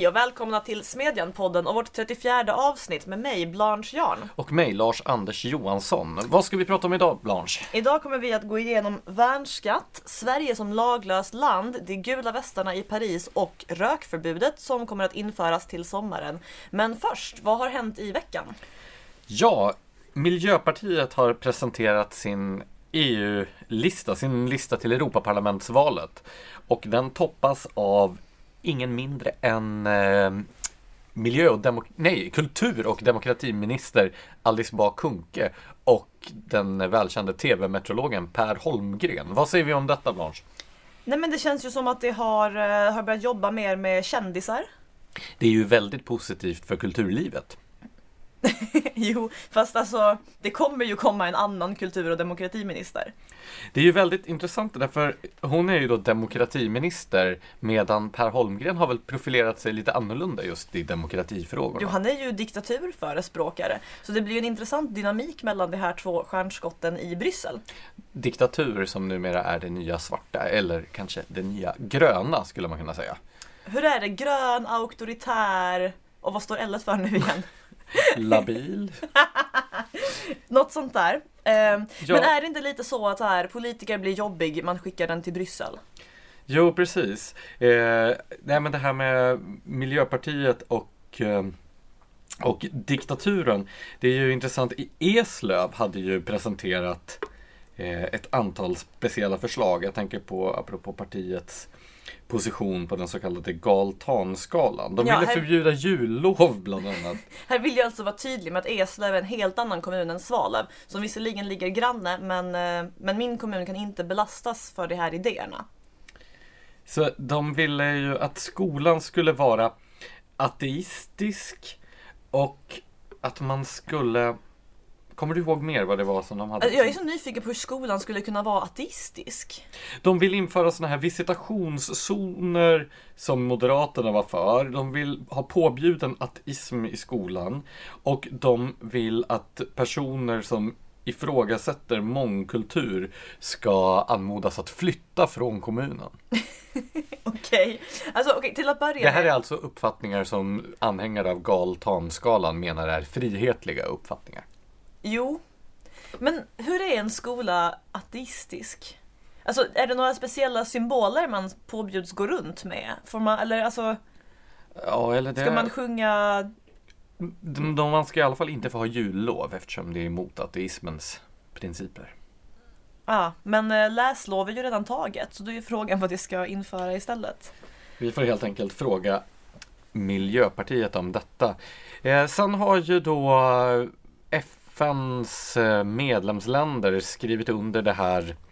Hej och välkomna till Smedjan-podden och vårt 34:e avsnitt med mig, Blanche Jarn. Och mig, Lars-Anders Johansson. Vad ska vi prata om idag, Blanche? Idag kommer vi att gå igenom värnskatt, Sverige som laglöst land, de gula västarna i Paris och rökförbudet som kommer att införas till sommaren. Men först, vad har hänt i veckan? Ja, Miljöpartiet har presenterat sin EU-lista, sin lista till Europaparlamentsvalet. Och den toppas av ingen mindre än kultur- och demokratiminister Alice Bah Kuhnke och den välkände tv-meteorologen Per Holmgren. Vad säger vi om detta, Blanche? Nej, men det känns ju som att det har börjat jobba mer med kändisar. Det är ju väldigt positivt för kulturlivet. Jo, fast alltså det kommer ju komma en annan kultur- och demokratiminister. Det är ju väldigt intressant därför hon är ju då demokratiminister medan Per Holmgren har väl profilerat sig lite annorlunda just i demokratifrågorna. Jo, han är ju diktaturförespråkare. Så det blir ju en intressant dynamik mellan de här två stjärnskotten i Bryssel. Diktatur som numera är det nya svarta eller kanske det nya gröna skulle man kunna säga. Hur är det? Grön, auktoritär och vad står L för nu igen? Labil. Något sånt där. Ja. Men är det inte lite så att här, politiker blir jobbig, man skickar den till Bryssel? Jo, precis. Nej, men det här med Miljöpartiet och diktaturen, det är ju intressant. Eslöv hade ju presenterat ett antal speciella förslag. Jag tänker på, apropå partiets position på den så kallade Galtanskalan. De ville förbjuda jullov bland annat. Här vill jag alltså vara tydlig med att Eslöv är en helt annan kommun än Svalöv, som visserligen ligger granne, men min kommun kan inte belastas för de här idéerna. Så de ville ju att skolan skulle vara ateistisk och att man skulle... Kommer du ihåg mer vad det var som de hade? Jag är så nyfiken på hur skolan skulle kunna vara ateistisk. De vill införa såna här visitationszoner som Moderaterna var för. De vill ha påbjuden ateism i skolan. Och de vill att personer som ifrågasätter mångkultur ska anmodas att flytta från kommunen. Okej. Alltså, till att börja. Det här är alltså uppfattningar som anhängare av Galtanskalan menar är frihetliga uppfattningar. Jo, men hur är en skola ateistisk? Alltså, är det några speciella symboler man påbjuds gå runt med? Får man, eller alltså, ja, eller det... ska man sjunga... Man ska i alla fall inte få ha jullov eftersom det är emot ateismens principer. Ja, men läslov är ju redan taget, så då är ju frågan vad det ska införa istället. Vi får helt enkelt fråga Miljöpartiet om detta. Sen har ju då FNs medlemsländer skrivit under det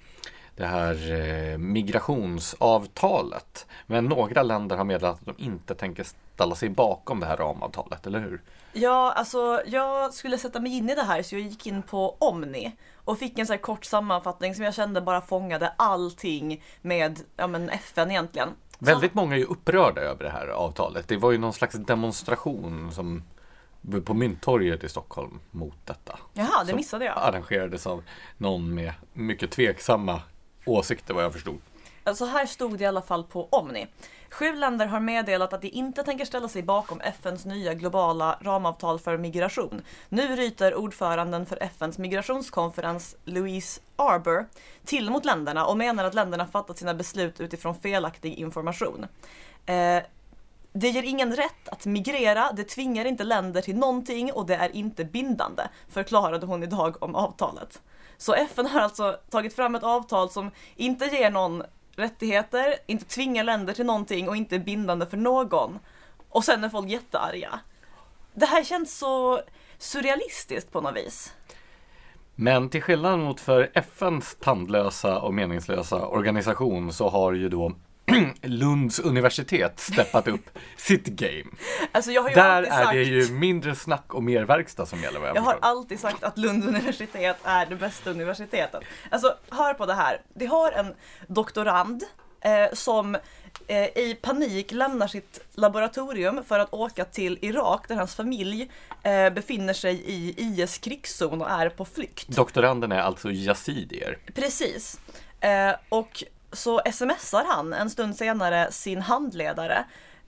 här migrationsavtalet. Men några länder har meddelat att de inte tänker ställa sig bakom det här ramavtalet, eller hur? Ja, alltså jag skulle sätta mig in i det här så jag gick in på Omni och fick en så här kort sammanfattning som jag kände bara fångade allting med FN egentligen. Väldigt många är ju upprörda över det här avtalet. Det var ju någon slags demonstration som på Mynttorget i Stockholm mot detta. Jaha, det missade jag. Arrangerades av någon med mycket tveksamma åsikter vad jag förstod. Alltså här stod det i alla fall på Omni. 7 länder har meddelat att de inte tänker ställa sig bakom FNs nya globala ramavtal för migration. Nu ryter ordföranden för FNs migrationskonferens Louise Arbour till mot länderna och menar att länderna fattat sina beslut utifrån felaktig information. Det ger ingen rätt att migrera, det tvingar inte länder till någonting och det är inte bindande, förklarade hon idag om avtalet. Så FN har alltså tagit fram ett avtal som inte ger någon rättigheter, inte tvingar länder till någonting och inte är bindande för någon. Och sen är folk jättearga. Det här känns så surrealistiskt på något vis. Men till skillnad mot för FNs tandlösa och meningslösa organisation så har ju då Lunds universitet steppat upp sitt game. Alltså jag har ju där är det ju mindre snack och mer verkstad som gäller. Jag har alltid sagt att Lunds universitet är det bästa universitetet. Alltså hör på det här. Det har en doktorand som i panik lämnar sitt laboratorium för att åka till Irak där hans familj befinner sig i IS krigszon och är på flykt. Doktoranden är alltså yazidier. Precis. Och så smsar han en stund senare sin handledare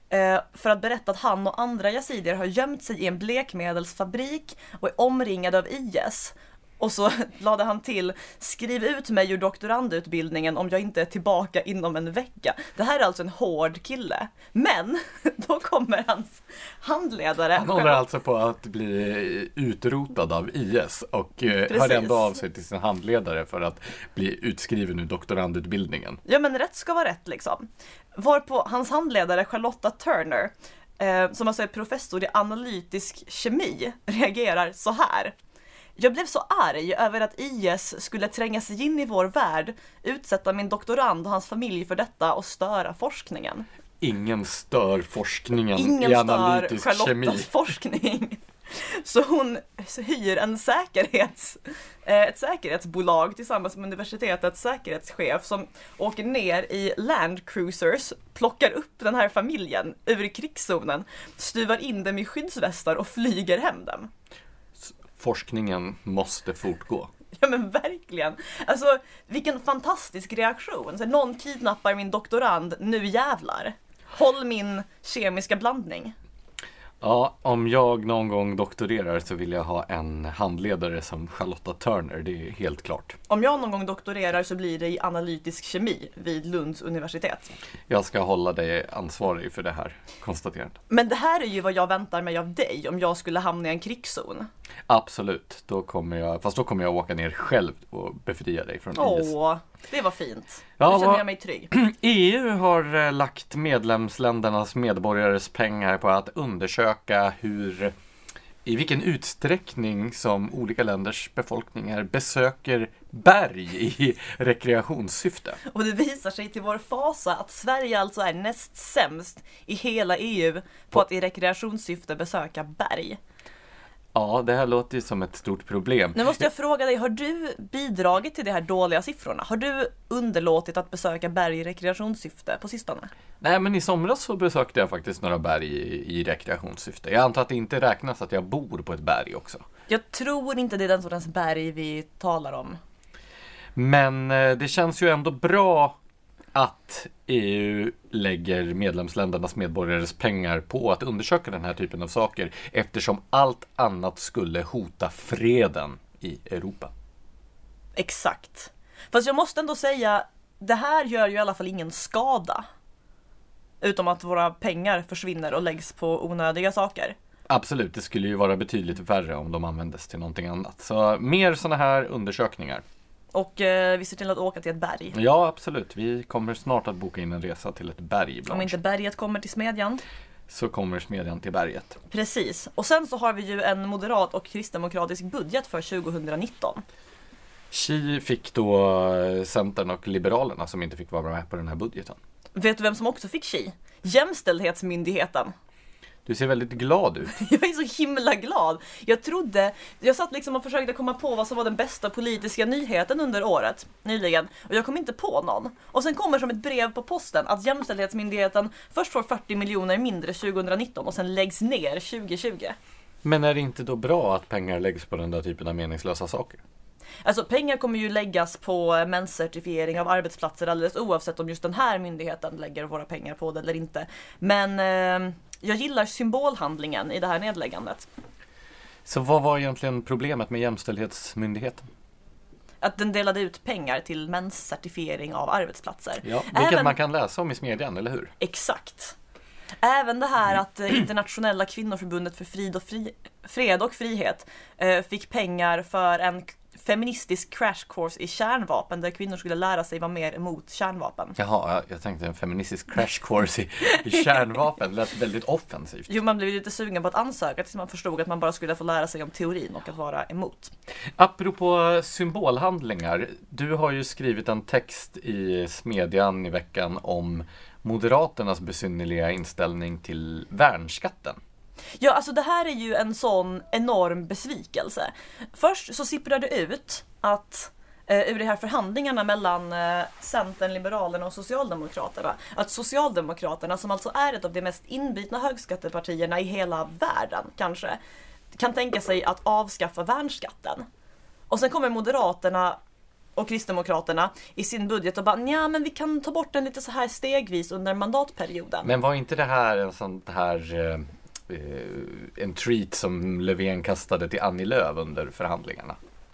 för att berätta att han och andra yazidier har gömt sig i en blekmedelsfabrik och är omringade av IS. Och så lade han till: skriv ut mig ur doktorandutbildningen om jag inte är tillbaka inom en vecka. Det här är alltså en hård kille. Men då kommer hans handledare. Han håller alltså på att bli utrotad av IS och hör ändå av sig till sin handledare för att bli utskriven ur doktorandutbildningen. Ja, men rätt ska vara rätt liksom. Varpå hans handledare Charlotta Turner, som alltså är professor i analytisk kemi, reagerar så här: jag blev så arg över att IS skulle tränga sig in i vår värld, utsätta min doktorand och hans familj för detta och störa forskningen. Ingen stör forskningen i analytisk kemi. Ingen stör Charlottas forskning. Så hon hyr ett säkerhetsbolag tillsammans med universitetets säkerhetschef som åker ner i Land Cruisers, plockar upp den här familjen ur krigszonen, stuvar in dem i skyddsvästar och flyger hem dem. Forskningen måste fortgå. Ja, men verkligen. Alltså, vilken fantastisk reaktion. Så någon kidnappar min doktorand, nu jävlar. Håll min kemiska blandning. Ja, om jag någon gång doktorerar så vill jag ha en handledare som Charlotta Turner, det är helt klart. Om jag någon gång doktorerar så blir det i analytisk kemi vid Lunds universitet. Jag ska hålla dig ansvarig för det här konstaterandet. Men det här är ju vad jag väntar mig av dig om jag skulle hamna i en krigszon. Absolut, då kommer jag åka ner själv och befria dig från IS. Åh, det var fint. Ja, nu känner jag mig trygg. EU har lagt medlemsländernas medborgares pengar på att undersöka i vilken utsträckning som olika länders befolkningar besöker berg i rekreationssyfte. Och det visar sig till vår fasa att Sverige alltså är näst sämst i hela EU på att i rekreationssyfte besöka berg. Ja, det här låter ju som ett stort problem. Nu måste jag fråga dig, har du bidragit till de här dåliga siffrorna? Har du underlåtit att besöka berg i rekreationssyfte på sistone? Nej, men i somras så besökte jag faktiskt några berg i rekreationssyfte. Jag antar att det inte räknas att jag bor på ett berg också. Jag tror inte det är den sortens berg vi talar om. Men det känns ju ändå bra att EU lägger medlemsländernas medborgares pengar på att undersöka den här typen av saker, eftersom allt annat skulle hota freden i Europa. Exakt. Fast jag måste ändå säga, det här gör ju i alla fall ingen skada. Utom att våra pengar försvinner och läggs på onödiga saker. Absolut, det skulle ju vara betydligt värre om de användes till någonting annat. Så mer såna här undersökningar. Och vi ser till att åka till ett berg. Ja, absolut. Vi kommer snart att boka in en resa till ett berg ibland. Om inte berget kommer till Smedjan, så kommer Smedjan till berget. Precis. Och sen så har vi ju en moderat och kristdemokratisk budget för 2019. Xi fick då Centern och Liberalerna som inte fick vara med på den här budgeten. Vet du vem som också fick Xi? Jämställdhetsmyndigheten. Du ser väldigt glad ut. Jag är så himla glad. Jag satt liksom och försökte komma på vad som var den bästa politiska nyheten under året nyligen. Och jag kom inte på någon. Och sen kommer som ett brev på posten att Jämställdhetsmyndigheten först får 40 miljoner mindre 2019 och sen läggs ner 2020. Men är det inte då bra att pengar läggs på den där typen av meningslösa saker? Alltså pengar kommer ju läggas på menscertifiering av arbetsplatser alldeles oavsett om just den här myndigheten lägger våra pengar på det eller inte. Men jag gillar symbolhandlingen i det här nedläggandet. Så vad var egentligen problemet med Jämställdhetsmyndigheten? Att den delade ut pengar till menscertifiering av arbetsplatser. Ja, vilket man kan läsa om i Smedjan, eller hur? Exakt. Även det här att Internationella kvinnoförbundet för fred och frihet fick pengar för en feministisk crash course i kärnvapen där kvinnor skulle lära sig vara mer emot kärnvapen. Jaha, jag tänkte en feministisk crash course i kärnvapen. Det lät väldigt offensivt. Jo, man blev lite sugen på att ansöka tills man förstod att man bara skulle få lära sig om teorin och att vara emot. Apropå symbolhandlingar, du har ju skrivit en text i Smedjan i veckan om Moderaternas besynnerliga inställning till värnskatten. Ja, alltså det här är ju en sån enorm besvikelse. Först så sipprade det ut att ur de här förhandlingarna mellan Centern, Liberalerna och Socialdemokraterna, att Socialdemokraterna, som alltså är ett av de mest inbitna högskattepartierna i hela världen kanske, kan tänka sig att avskaffa värnskatten. Och sen kommer Moderaterna och Kristdemokraterna i sin budget och bara, ja men vi kan ta bort den lite så här stegvis under mandatperioden. Men var inte det här en sån här en tweet som Löfven kastade till Annie Lööf under förhandlingarna?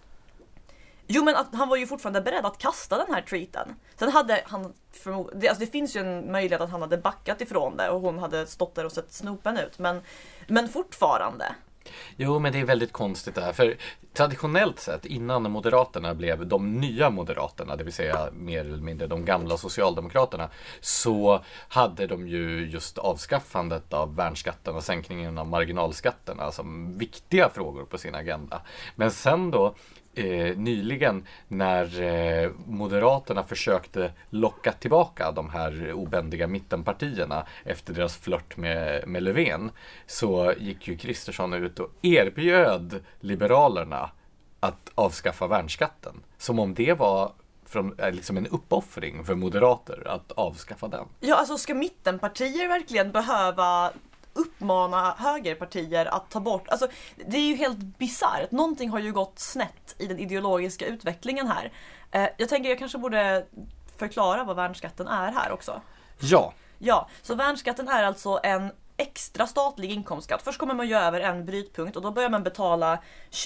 Jo, men att han var ju fortfarande beredd att kasta den här tweeten. Sen hade han det finns ju en möjlighet att han hade backat ifrån det och hon hade stått där och sett snopen ut. Men fortfarande. Jo, men det är väldigt konstigt det här. För traditionellt sett, innan Moderaterna blev de nya Moderaterna, det vill säga mer eller mindre de gamla Socialdemokraterna, så hade de ju just avskaffandet av värnskatten och sänkningen av marginalskatterna som viktiga frågor på sin agenda. Men sen då nyligen när Moderaterna försökte locka tillbaka de här obändiga mittenpartierna efter deras flört med Löfven, så gick ju Kristersson ut och erbjöd Liberalerna att avskaffa värnskatten. Som om det var liksom en uppoffring för moderater att avskaffa den. Ja, alltså ska mittenpartier verkligen behöva uppmana högerpartier att ta bort, alltså det är ju helt bisarrt. Någonting har ju gått snett i den ideologiska utvecklingen här. Jag tänker jag kanske borde förklara vad värnskatten är här också. Ja, så värnskatten är alltså en extra statlig inkomstskatt. Först kommer man ju över en brytpunkt och då börjar man betala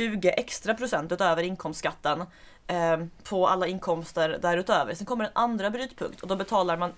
20% utöver inkomstskatten på alla inkomster därutöver. Sen kommer en andra brytpunkt och då betalar man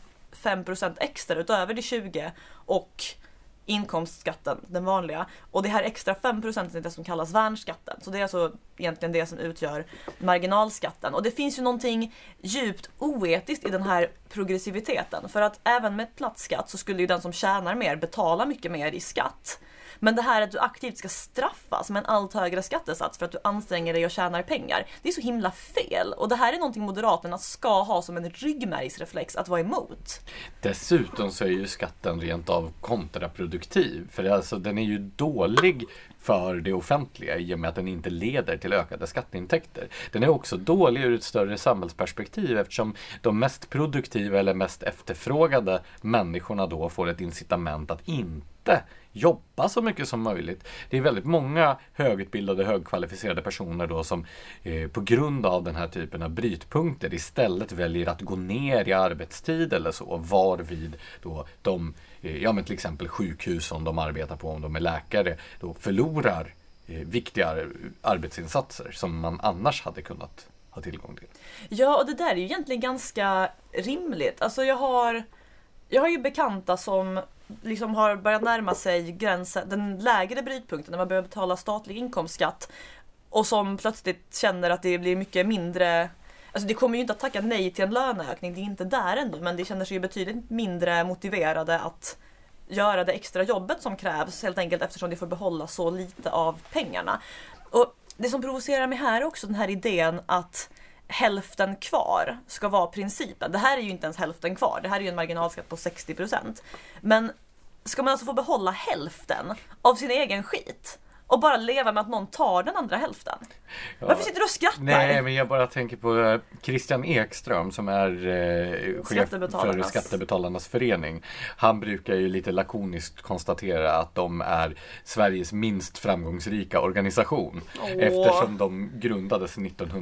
5% extra utöver de 20 och inkomstskatten, den vanliga. Och det här extra 5% är det som kallas värnskatten. Så det är alltså egentligen det som utgör marginalskatten. Och det finns ju någonting djupt oetiskt i den här progressiviteten. För att även med platt skatt så skulle ju den som tjänar mer betala mycket mer i skatt. Men det här att du aktivt ska straffas med en allt högre skattesats för att du anstränger dig och tjänar pengar, det är så himla fel. Och det här är någonting Moderaterna ska ha som en ryggmärgsreflex att vara emot. Dessutom så är ju skatten rent av kontraproduktiv. För alltså, den är ju dålig för det offentliga i och med att den inte leder till ökade skatteintäkter. Den är också dålig ur ett större samhällsperspektiv eftersom de mest produktiva eller mest efterfrågade människorna då får ett incitament att inte jobba så mycket som möjligt. Det är väldigt många högutbildade, högkvalificerade personer då som på grund av den här typen av brytpunkter istället väljer att gå ner i arbetstid eller så, varvid då de, till exempel sjukhus som de arbetar på, om de är läkare, då förlorar viktiga arbetsinsatser som man annars hade kunnat ha tillgång till. Ja, och det där är ju egentligen ganska rimligt. Alltså jag har ju bekanta som liksom har börjat närma sig gränsen, den lägre brytpunkten när man börjar betala statlig inkomstskatt och som plötsligt känner att det blir mycket mindre, alltså det kommer ju inte att tacka nej till en löneökning, det är inte där ändå, men det känner sig ju betydligt mindre motiverade att göra det extra jobbet som krävs helt enkelt eftersom de får behålla så lite av pengarna. Och det som provocerar mig här är också den här idén att hälften kvar ska vara principen. Det här är ju inte ens hälften kvar. Det här är ju en marginalskatt på 60%. Men ska man alltså få behålla hälften av sin egen skit och bara leva med att någon tar den andra hälften? Ja. Varför sitter du och skrattar? Nej, men jag bara tänker på Christian Ekström som är chef för Skattebetalarnas förening. Han brukar ju lite lakoniskt konstatera att de är Sveriges minst framgångsrika organisation. Eftersom de grundades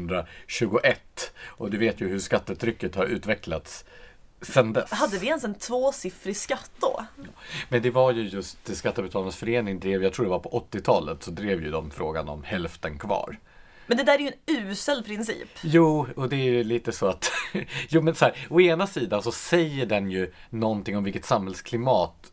1921. Och du vet ju hur skattetrycket har utvecklats sen dess. Hade vi ens en 2-siffrig skatt då? Men det var ju just Skattebetalarnas förening drev, jag tror det var på 80-talet, så drev ju de frågan om hälften kvar. Men det där är ju en usel princip. Jo, och det är ju lite så att jo, men så här, å ena sidan så säger den ju någonting om vilket samhällsklimat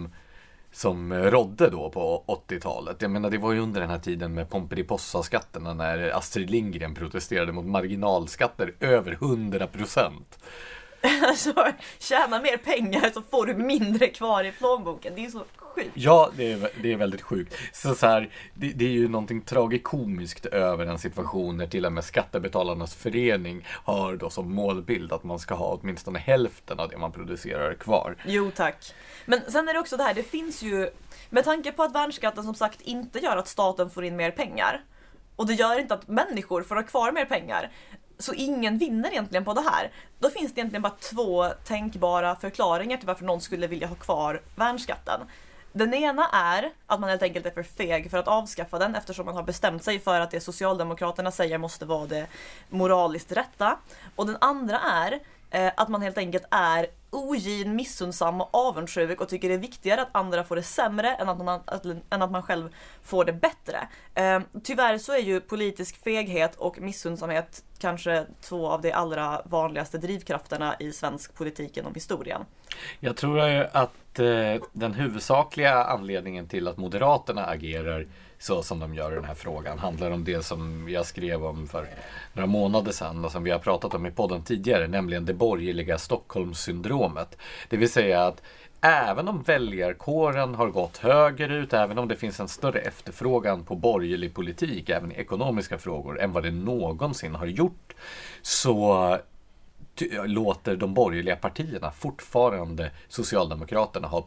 som rådde då på 80-talet. Jag menar, det var ju under den här tiden med Pomperipossa-skatterna när Astrid Lindgren protesterade mot marginalskatter över 100%. Alltså, tjäna mer pengar så får du mindre kvar i plånboken. Det är så sjukt. Ja, det är väldigt sjukt. Så här, det är ju någonting tragikomiskt över en situation där till och med Skattebetalarnas förening har då som målbild att man ska ha åtminstone hälften av det man producerar kvar. Jo, tack. Men sen är det också det här, det finns ju, med tanke på att värnskatten som sagt inte gör att staten får in mer pengar och det gör inte att människor får ha kvar mer pengar, så ingen vinner egentligen på det här. Då finns det egentligen bara 2 tänkbara förklaringar till varför någon skulle vilja ha kvar värnskatten. Den ena är att man helt enkelt är för feg för att avskaffa den eftersom man har bestämt sig för att det Socialdemokraterna säger måste vara det moraliskt rätta. Och den andra är att man helt enkelt är ogin, missundsam och avundsjuk och tycker det är viktigare att andra får det sämre än att man själv får det bättre. Tyvärr så är ju politisk feghet och missundsamhet kanske två av de allra vanligaste drivkrafterna i svensk politik genom historien. Jag tror att den huvudsakliga anledningen till att Moderaterna agerar så som de gör i den här frågan handlar om det som jag skrev om för några månader sedan och som vi har pratat om i podden tidigare, nämligen det borgerliga Stockholmssyndromet. Det vill säga att även om väljarkåren har gått högerut, även om det finns en större efterfrågan på borgerlig politik, även i ekonomiska frågor, än vad det någonsin har gjort, så låter de borgerliga partierna fortfarande Socialdemokraterna ha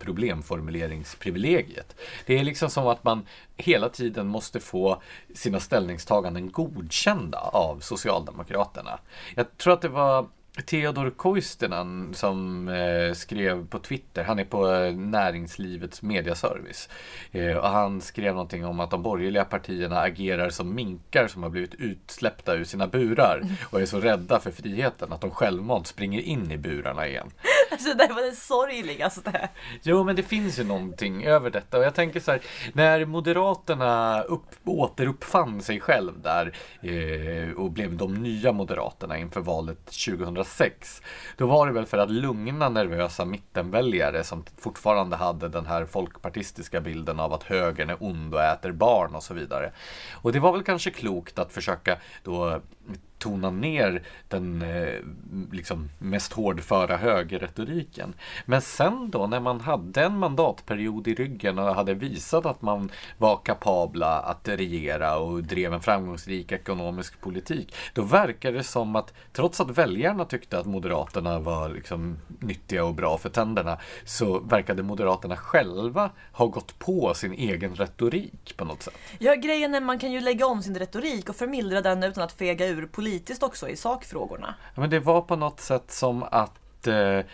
problemformuleringsprivilegiet. Det är liksom som att man hela tiden måste få sina ställningstaganden godkända av Socialdemokraterna. Jag tror att det var Theodor Koistinen som skrev på Twitter, han är på Näringslivets mediaservice, och han skrev någonting om att de borgerliga partierna agerar som minkar som har blivit utsläppta ur sina burar och är så rädda för friheten att de självmant springer in i burarna igen. Alltså det var det sorgligaste. Jo, men det finns ju någonting över detta och jag tänker så här, när Moderaterna återuppfann sig själv där och blev de nya Moderaterna inför valet 2006, då var det väl för att lugna nervösa mittenväljare som fortfarande hade den här folkpartistiska bilden av att högern är ond och äter barn och så vidare. Och det var väl kanske klokt att försöka då tona ner den liksom mest hårdföra högerretoriken. Men sen då när man hade en mandatperiod i ryggen och hade visat att man var kapabla att regera och drev en framgångsrik ekonomisk politik, då verkade det som att trots att väljarna tyckte att Moderaterna var liksom nyttiga och bra för tänderna, så verkade Moderaterna själva ha gått på sin egen retorik på något sätt. Ja, grejen är man kan ju lägga om sin retorik och förmildra den utan att fega ur politiskt också i sakfrågorna. Ja, men det var på något sätt som att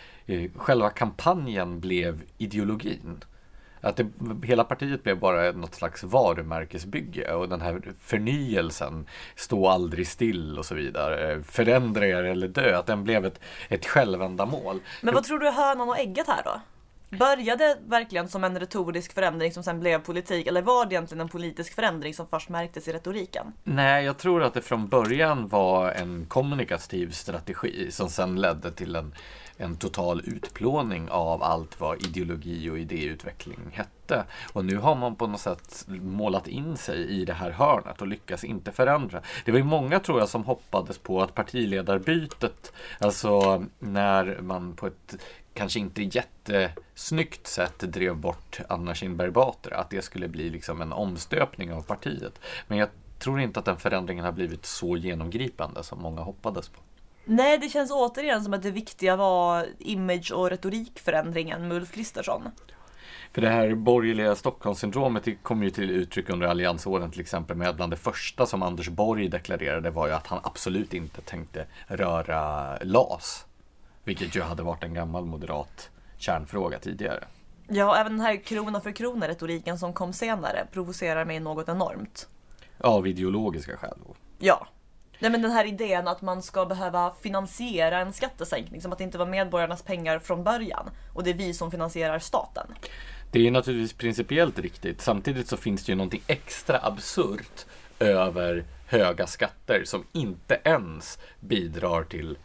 själva kampanjen blev ideologin. Att hela partiet blev bara något slags varumärkesbygge och den här förnyelsen, stå aldrig still och så vidare, förändra er eller dö, att den blev ett självändamål. Men vad tror du är hönan och ägget här då? Började verkligen som en retorisk förändring som sen blev politik, eller var det egentligen en politisk förändring som först märktes i retoriken? Nej, jag tror att det från början var en kommunikativ strategi som sen ledde till en total utplåning av allt vad ideologi och idéutveckling hette. Och nu har man på något sätt målat in sig i det här hörnet och lyckas inte förändra. Det var ju många, tror jag, som hoppades på att partiledarbytet, alltså när man på ett kanske inte jättesnyggt sätt drev bort Anna Kinberg Batra, att det skulle bli liksom en omstöpning av partiet. Men jag tror inte att den förändringen har blivit så genomgripande som många hoppades på. Nej, det känns återigen som att det viktiga var image- och retorikförändringen med Ulf Kristersson. För det här borgerliga Stockholmssyndromet, det kom ju till uttryck under alliansåren till exempel, med bland det första som Anders Borg deklarerade var ju att han absolut inte tänkte röra LAS. Vilket ju hade varit en gammal moderat kärnfråga tidigare. Ja, även den här krona för krona-retoriken som kom senare provocerar mig något enormt. Av ideologiska skäl. Ja. Nej, men den här idén att man ska behöva finansiera en skattesänkning, som att det inte var medborgarnas pengar från början. Och det är vi som finansierar staten. Det är naturligtvis principiellt riktigt. Samtidigt så finns det ju någonting extra absurt över höga skatter som inte ens bidrar till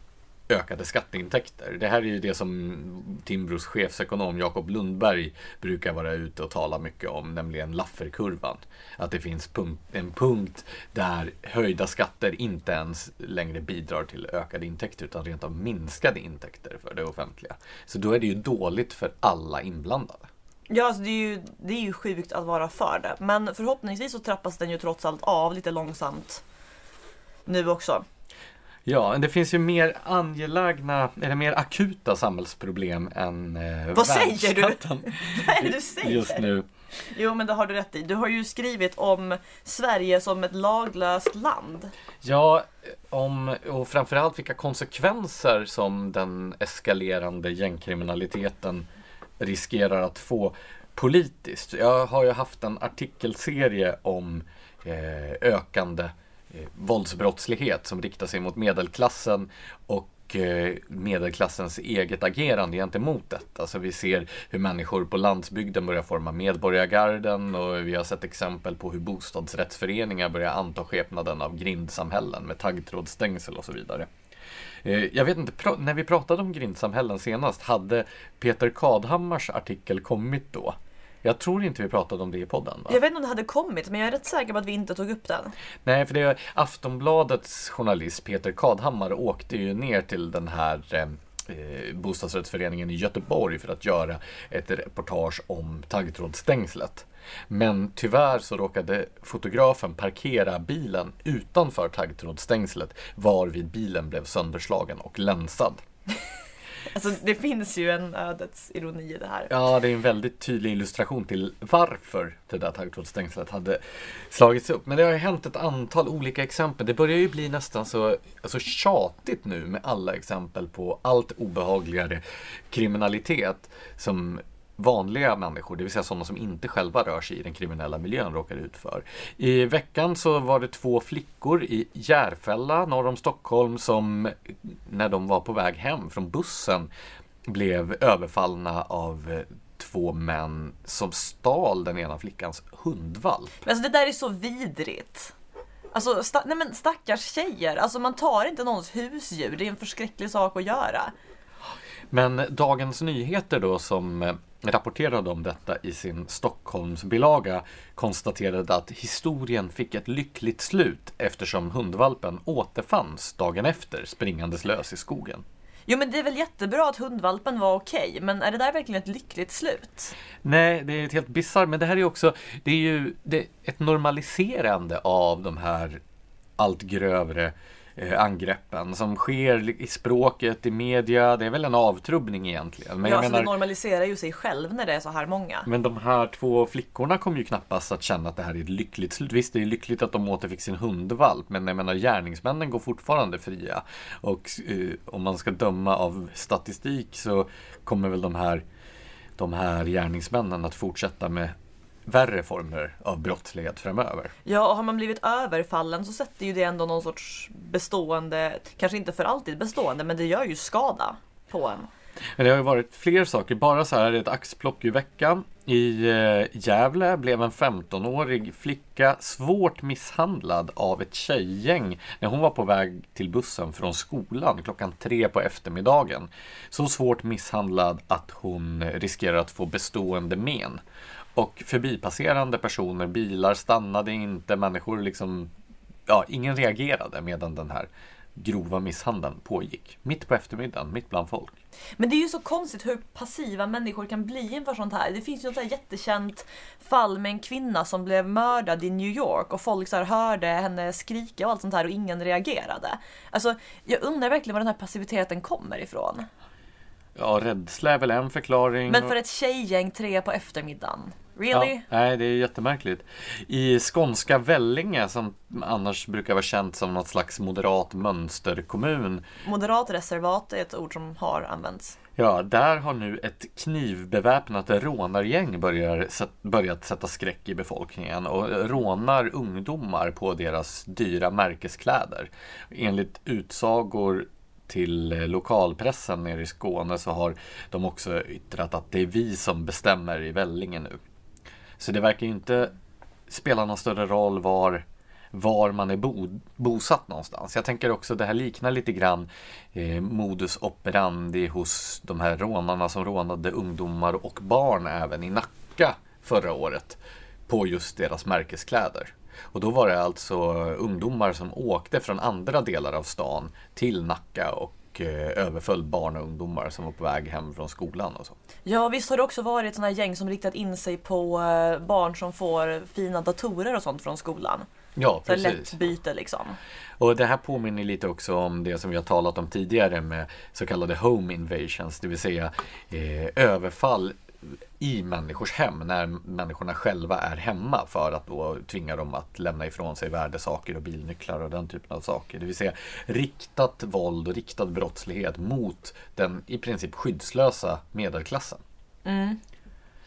ökade skatteintäkter. Det här är ju det som Timbros chefsekonom Jakob Lundberg brukar vara ute och tala mycket om, nämligen Lafferkurvan. Att det finns en punkt där höjda skatter inte ens längre bidrar till ökade intäkter utan rent av minskade intäkter för det offentliga. Så då är det ju dåligt för alla inblandade. Ja, alltså det är ju sjukt att vara för det. Men förhoppningsvis så trappas den ju trots allt av lite långsamt nu också. Ja, det finns ju mer angelägna eller mer akuta samhällsproblem än Vad säger du? Vad är det du säger? Just nu. Jo, men det har du rätt i. Du har ju skrivit om Sverige som ett laglöst land. Ja, och framförallt vilka konsekvenser som den eskalerande gängkriminaliteten riskerar att få politiskt. Jag har ju haft en artikelserie om ökande våldsbrottslighet som riktar sig mot medelklassen och medelklassens eget agerande gentemot detta. Alltså vi ser hur människor på landsbygden börjar forma medborgargarden, och vi har sett exempel på hur bostadsrättsföreningar börjar anta skepnaden av grindsamhällen med taggtrådsstängsel och så vidare. Jag vet inte, när vi pratade om grindsamhällen senast, hade Peter Kadhammars artikel kommit då? Jag tror inte vi pratade om det i podden, va? Jag vet inte om det hade kommit, men jag är rätt säker på att vi inte tog upp den. Nej, för det är Aftonbladets journalist Peter Kadhammar åkte ju ner till den här bostadsrättsföreningen i Göteborg för att göra ett reportage om taggtrådsstängslet. Men tyvärr så råkade fotografen parkera bilen utanför taggtrådsstängslet, varvid bilen blev sönderslagen och länsad. Alltså det finns ju en ödets ironi i det här. Ja, det är en väldigt tydlig illustration till varför det där taggtrådsstängslet hade slagits upp. Men det har ju hänt ett antal olika exempel. Det börjar ju bli nästan så tjatigt nu med alla exempel på allt obehagligare kriminalitet som vanliga människor, det vill säga sådana som inte själva rör sig i den kriminella miljön, råkar ut för. I veckan så var det 2 flickor i Järfälla norr om Stockholm som när de var på väg hem från bussen blev överfallna av 2 män som stal den ena flickans hundvalp. Alltså det där är så vidrigt. Alltså stackars tjejer, alltså man tar inte någons husdjur, det är en förskräcklig sak att göra. Men Dagens Nyheter då, som rapporterade om detta i sin Stockholmsbilaga, konstaterade att historien fick ett lyckligt slut eftersom hundvalpen återfanns dagen efter springandes lös i skogen. Jo, men det är väl jättebra att hundvalpen var okej, men är det där verkligen ett lyckligt slut? Nej, det är ett helt bizarrt, men det här är också, det är ju ett normaliserande av de här allt grövre angreppen som sker i språket, i media. Det är väl en avtrubbning egentligen. Men ja, jag menar, det normaliserar ju sig själv när det är så här många. Men de här 2 flickorna kommer ju knappast att känna att det här är ett lyckligt slut. Visst, det är lyckligt att de återfick sin hundvalp, men jag menar, gärningsmännen går fortfarande fria. Och om man ska döma av statistik så kommer väl de här gärningsmännen att fortsätta med värre former av brottslighet framöver. Ja, och har man blivit överfallen så sätter ju det ändå någon sorts bestående, kanske inte för alltid bestående, men det gör ju skada på en. Men det har ju varit fler saker. Bara så här, ett axplock i veckan. I Gävle blev en 15-årig flicka svårt misshandlad av ett tjejgäng när hon var på väg till bussen från skolan klockan 3 på eftermiddagen. Så svårt misshandlad att hon riskerar att få bestående men. Och förbipasserande personer, bilar stannade inte, människor liksom, ingen reagerade medan den här grova misshandeln pågick. Mitt på eftermiddagen, mitt bland folk. Men det är ju så konstigt hur passiva människor kan bli inför sånt här. Det finns ju ett jättekänt fall med en kvinna som blev mördad i New York och folk så här hörde henne skrika och allt sånt här och ingen reagerade. Alltså, jag undrar verkligen var den här passiviteten kommer ifrån. Ja, rädsla är väl en förklaring. Men för ett tjejgäng 3 på eftermiddagen. Really? Ja, nej, det är jättemärkligt. I skånska Vellinge, som annars brukar vara känt som något slags moderat mönsterkommun. Moderat reservat är ett ord som har använts. Ja, där har nu ett knivbeväpnat rånargäng börjat sätta skräck i befolkningen och rånar ungdomar på deras dyra märkeskläder. Enligt utsagor till lokalpressen nere i Skåne så har de också yttrat att det är vi som bestämmer i Vellinge nu. Så det verkar ju inte spela någon större roll var man är bosatt någonstans. Jag tänker också att det här liknar lite grann modus operandi hos de här rånarna som rånade ungdomar och barn även i Nacka förra året på just deras märkeskläder. Och då var det alltså ungdomar som åkte från andra delar av stan till Nacka och överföll barn och ungdomar som var på väg hem från skolan och så. Ja, visst har det också varit såna här gäng som riktat in sig på barn som får fina datorer och sånt från skolan. Ja, precis. Så lätt byte liksom. Och det här påminner lite också om det som vi har talat om tidigare med så kallade home invasions, det vill säga överfall i människors hem när människorna själva är hemma för att då tvinga dem att lämna ifrån sig värdesaker och bilnycklar och den typen av saker. Det vill säga riktat våld och riktad brottslighet mot den i princip skyddslösa medelklassen. Mm.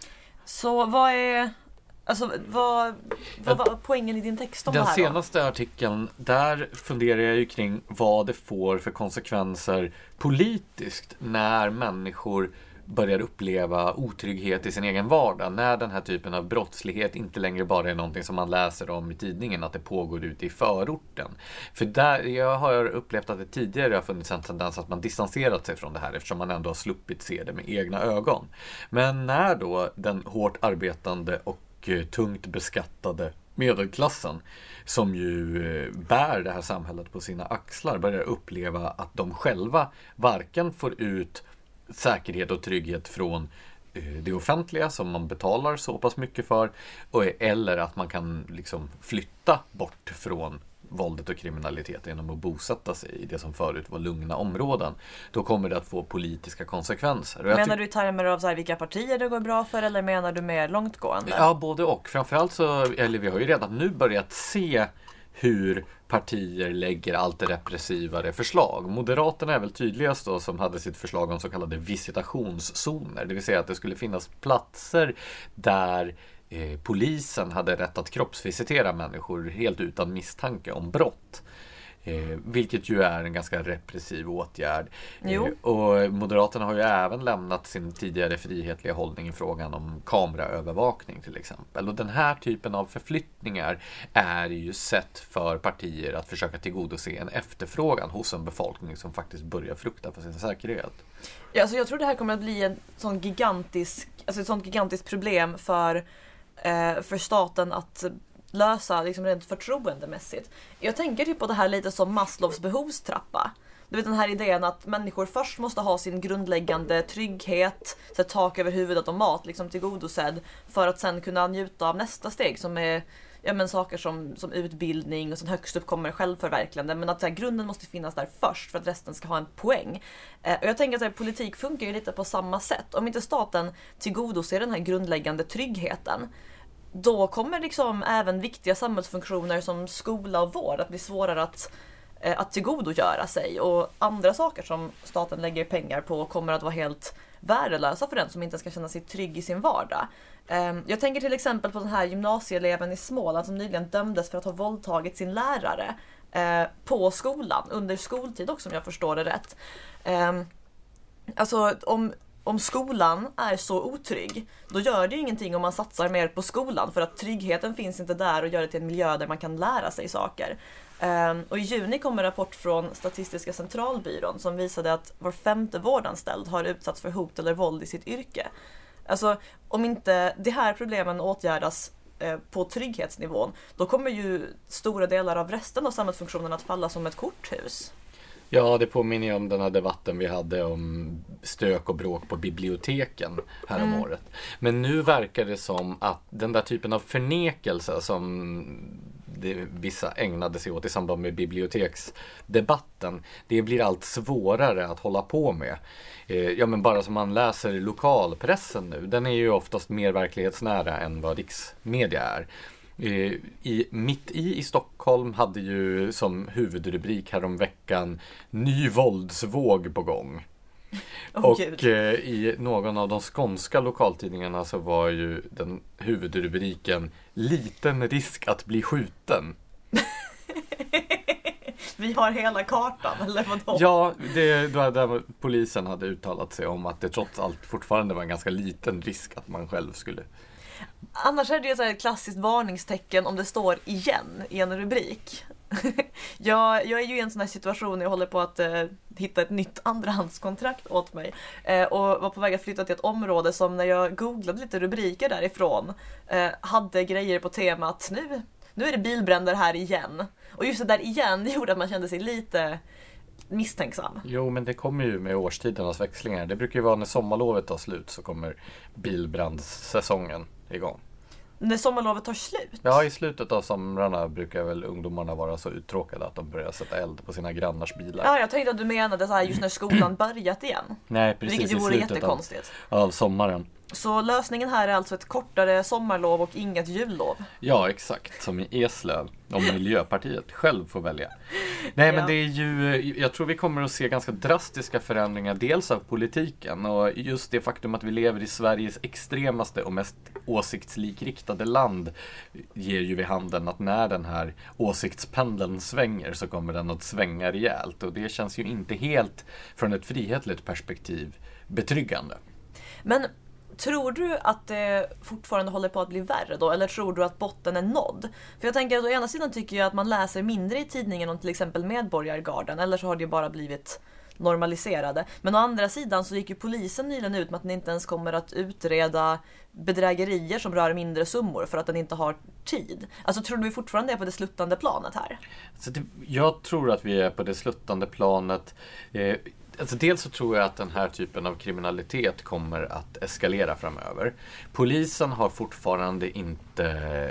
Så vad är... Alltså, vad var poängen i din text om det Den här då? senaste artikeln, där funderar jag ju kring vad det får för konsekvenser politiskt när människor börjar uppleva otrygghet i sin egen vardag. När den här typen av brottslighet inte längre bara är någonting som man läser om i tidningen, att det pågår ute i förorten. För där, jag har upplevt att det tidigare har funnits en tendens att man distanserat sig från det här eftersom man ändå har sluppit se det med egna ögon. Men när då den hårt arbetande och tungt beskattade medelklassen, som ju bär det här samhället på sina axlar, börjar uppleva att de själva varken får ut säkerhet och trygghet från det offentliga som man betalar så pass mycket för, eller att man kan liksom flytta bort från våldet och kriminalitet genom att bosätta sig i det som förut var lugna områden, då kommer det att få politiska konsekvenser. Menar du i termer av så här, vilka partier det går bra för, eller menar du mer långtgående? Ja, både och. Framförallt så, eller vi har ju redan nu börjat se hur partier lägger allt repressivare förslag. Moderaterna är väl tydligast då, som hade sitt förslag om så kallade visitationszoner. Det vill säga att det skulle finnas platser där polisen hade rätt att kroppsvisitera människor helt utan misstanke om brott. Vilket ju är en ganska repressiv åtgärd. Och Moderaterna har ju även lämnat sin tidigare frihetliga hållning i frågan om kameraövervakning till exempel. Och den här typen av förflyttningar är ju sätt för partier att försöka tillgodose en efterfrågan hos en befolkning som faktiskt börjar frukta för sin säkerhet. Ja, alltså jag tror det här kommer att bli ett sånt gigantiskt problem för staten att lösa liksom rent förtroendemässigt. Jag tänker typ på det här lite som Maslows behovstrappa. Du vet den här idén att människor först måste ha sin grundläggande trygghet, så tak över huvudet och mat liksom tillgodosedd, för att sen kunna njuta av nästa steg som är saker som utbildning, och sen högst upp kommer självförverkligande, men att så här, grunden måste finnas där först för att resten ska ha en poäng. Och jag tänker att så här, politik funkar ju lite på samma sätt. Om inte staten tillgodoser den här grundläggande tryggheten, då kommer liksom även viktiga samhällsfunktioner som skola och vård att bli svårare att tillgodogöra sig, och andra saker som staten lägger pengar på kommer att vara helt värdelösa för den som inte ska känna sig trygg i sin vardag. Jag tänker till exempel på den här gymnasieeleven i Småland som nyligen dömdes för att ha våldtagit sin lärare på skolan under skoltid också, om jag förstår det rätt. Alltså om skolan är så otrygg, då gör det ju ingenting om man satsar mer på skolan, för att tryggheten finns inte där och gör det till en miljö där man kan lära sig saker. Och i juni kom en rapport från Statistiska centralbyrån som visade att var 5:e vårdanställd har utsatts för hot eller våld i sitt yrke. Alltså om inte de här problemen åtgärdas på trygghetsnivån, då kommer ju stora delar av resten av samhällsfunktionen att falla som ett korthus. Ja, det påminner ju om den här debatten vi hade om stök och bråk på biblioteken här om året. Men nu verkar det som att den där typen av förnekelse som vissa ägnade sig åt i samband med biblioteksdebatten, det blir allt svårare att hålla på med. Men bara som man läser lokalpressen nu, den är ju oftast mer verklighetsnära än vad riksmedia är. Mitt i Stockholm hade ju som huvudrubrik häromveckan ny våldsvåg på gång. Och i någon av de skånska lokaltidningarna så var ju den huvudrubriken liten risk att bli skjuten. Vi har hela kartan, eller vadå? Ja, där polisen hade uttalat sig om att det trots allt fortfarande var en ganska liten risk att man själv skulle. Annars är det ju ett klassiskt varningstecken om det står igen i en rubrik. Jag är ju i en sån här situation, jag håller på att hitta ett nytt andrahandskontrakt åt mig. Och var på väg att flytta till ett område som, när jag googlade lite rubriker därifrån, hade grejer på temat nu är det bilbränder här igen. Och just det där igen gjorde att man kände sig lite misstänksam. Jo, men det kommer ju med årstidernas växlingar. Det brukar ju vara när sommarlovet tar slut så kommer bilbrandsäsongen igång. När sommarlovet tar slut? Ja, i slutet av somrarna brukar väl ungdomarna vara så uttråkade att de börjar sätta eld på sina grannars bilar. Ja, jag tänkte att du menade så här just när skolan börjat igen. Nej, precis. Vilket ju vore jättekonstigt. Av sommaren. Så lösningen här är alltså ett kortare sommarlov och inget jullov? Ja, exakt. Som i Eslöv. Om Miljöpartiet själv får välja. Nej, men det är ju, jag tror vi kommer att se ganska drastiska förändringar dels av politiken och just det faktum att vi lever i Sveriges extremaste och mest åsiktslikriktade land ger ju vid handen att när den här åsiktspendeln svänger så kommer den att svänga rejält och det känns ju inte helt från ett frihetligt perspektiv betryggande. Men tror du att det fortfarande håller på att bli värre då? Eller tror du att botten är nådd? För jag tänker att å ena sidan tycker jag att man läser mindre i tidningen om till exempel Medborgargarden. Eller så har det ju bara blivit normaliserade. Men å andra sidan så gick ju polisen nyligen ut med att den inte ens kommer att utreda bedrägerier som rör mindre summor för att den inte har tid. Alltså tror du vi fortfarande är på det sluttande planet här? Alltså jag tror att vi är på det sluttande planet. Alltså dels så tror jag att den här typen av kriminalitet kommer att eskalera framöver. Polisen har fortfarande inte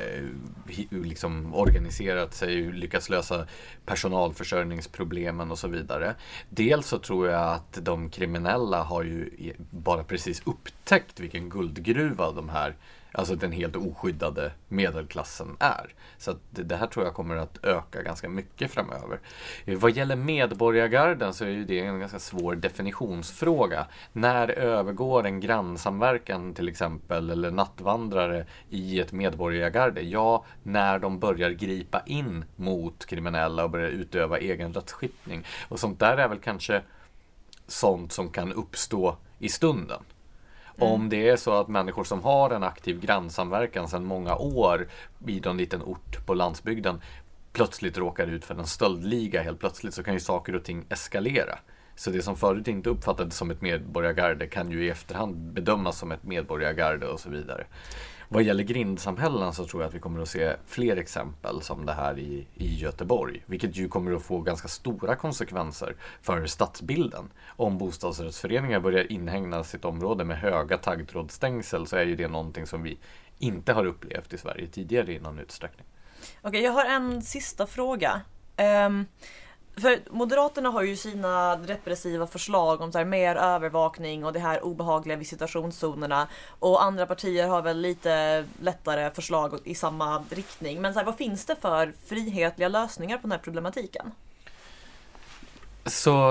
liksom organiserat sig, lyckats lösa personalförsörjningsproblemen och så vidare. Dels så tror jag att de kriminella har ju bara precis upptäckt vilken guldgruva de här, alltså den helt oskyddade medelklassen är. Så att det här tror jag kommer att öka ganska mycket framöver. Vad gäller Medborgargarden så är ju det en ganska svår definitionsfråga. När övergår en grannsamverkan till exempel eller nattvandrare i ett medborgargarde? Ja, när de börjar gripa in mot kriminella och börjar utöva egen rättsskipning. Och sånt där är väl kanske sånt som kan uppstå i stunden. Om det är så att människor som har en aktiv grannsamverkan sedan många år vid en liten ort på landsbygden plötsligt råkar ut för en stöldliga helt plötsligt så kan ju saker och ting eskalera. Så det som förut inte uppfattades som ett medborgargarde kan ju i efterhand bedömas som ett medborgargarde och så vidare. Vad gäller grindsamhällen så tror jag att vi kommer att se fler exempel som det här i Göteborg. Vilket ju kommer att få ganska stora konsekvenser för stadsbilden. Om bostadsrättsföreningar börjar inhägna sitt område med höga taggtrådsstängsel så är ju det någonting som vi inte har upplevt i Sverige tidigare i någon utsträckning. Okej, jag har en sista fråga. För Moderaterna har ju sina repressiva förslag om så här mer övervakning och det här obehagliga visitationszonerna och andra partier har väl lite lättare förslag i samma riktning. Men så här, vad finns det för frihetliga lösningar på den här problematiken? Så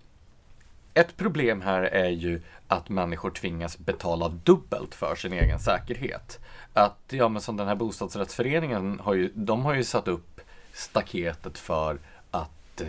ett problem här är ju att människor tvingas betala dubbelt för sin egen säkerhet. Att, ja, men som den här bostadsrättsföreningen har ju satt upp staketet för att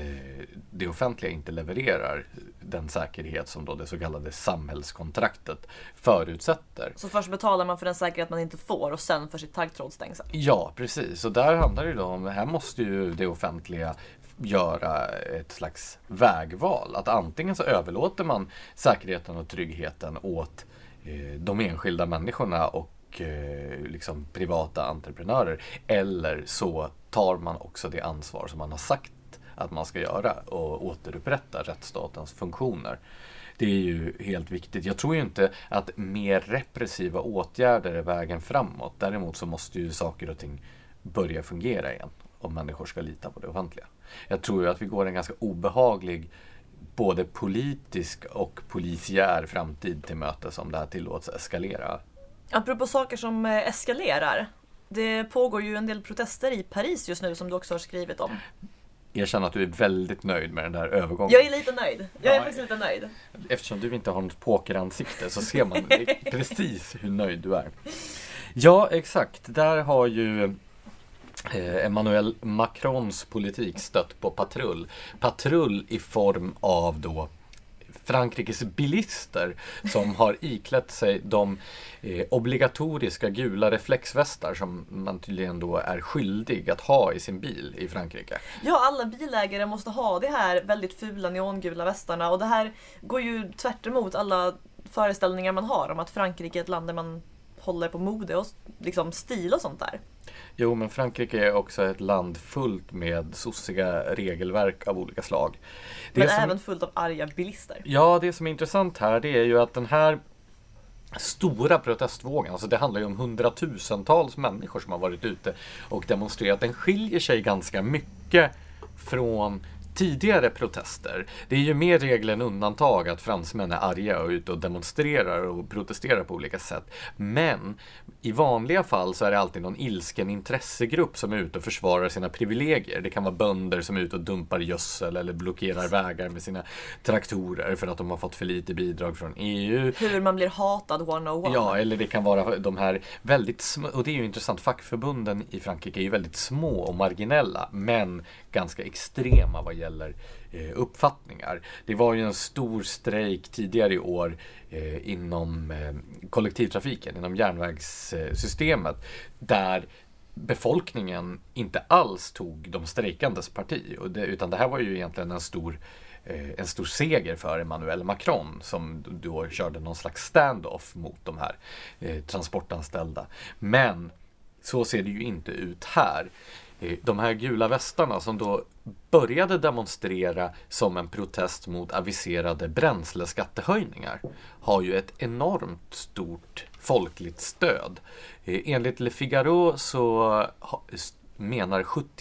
det offentliga inte levererar den säkerhet som då det så kallade samhällskontraktet förutsätter. Så först betalar man för den säkerhet man inte får och sen för sitt taggtrådsstängsel? Ja, precis. Och där handlar det ju om, här måste ju det offentliga göra ett slags vägval. Att antingen så överlåter man säkerheten och tryggheten åt de enskilda människorna och liksom privata entreprenörer. Eller så tar man också det ansvar som man har sagt att man ska göra och återupprätta rättsstatens funktioner. Det är ju helt viktigt. Jag tror ju inte att mer repressiva åtgärder är vägen framåt. Däremot så måste ju saker och ting börja fungera igen om människor ska lita på det offentliga. Jag tror ju att vi går en ganska obehaglig både politisk och polisiär framtid till mötes om det här tillåts eskalera. Apropå saker som eskalerar. Det pågår ju en del protester i Paris just nu som du också har skrivit om. Jag känner att du är väldigt nöjd med den där övergången. Jag är lite nöjd. Jag är faktiskt lite nöjd. Eftersom du inte har något pokeransikte så ser man precis hur nöjd du är. Ja, exakt. Där har ju Emmanuel Macrons politik stött på patrull. Patrull i form av då Frankrikes bilister som har iklätt sig de obligatoriska gula reflexvästar som man tydligen då är skyldig att ha i sin bil i Frankrike. Ja, alla bilägare måste ha de här väldigt fula neongula västarna och det här går ju tvärt emot alla föreställningar man har om att Frankrike är ett land där man håller på mode och liksom stil och sånt där. Jo, men Frankrike är också ett land fullt med sossiga regelverk av olika slag. Men även fullt av arga bilister. Ja, det som är intressant här det är ju att den här stora protestvågen, alltså det handlar ju om hundratusentals människor som har varit ute och demonstrerat. Den skiljer sig ganska mycket från tidigare protester, det är ju mer regel än undantag att fransmän är arga och ute och demonstrerar och protesterar på olika sätt. Men i vanliga fall så är det alltid någon ilsken intressegrupp som är ute och försvarar sina privilegier. Det kan vara bönder som är ute och dumpar gödsel eller blockerar vägar med sina traktorer för att de har fått för lite bidrag från EU. Hur man blir hatad 101. Ja, eller det kan vara de här väldigt små, och det är ju intressant, fackförbunden i Frankrike är ju väldigt små och marginella, men ganska extrema vad gäller uppfattningar. Det var ju en stor strejk tidigare i år inom kollektivtrafiken, inom järnvägssystemet, där befolkningen inte alls tog de strejkandes parti, utan det här var ju egentligen en stor seger för Emmanuel Macron som då körde någon slags stand-off mot de här transportanställda. Men så ser det ju inte ut här. De här gula västarna som då började demonstrera som en protest mot aviserade bränsleskattehöjningar har ju ett enormt stort folkligt stöd. Enligt Le Figaro så menar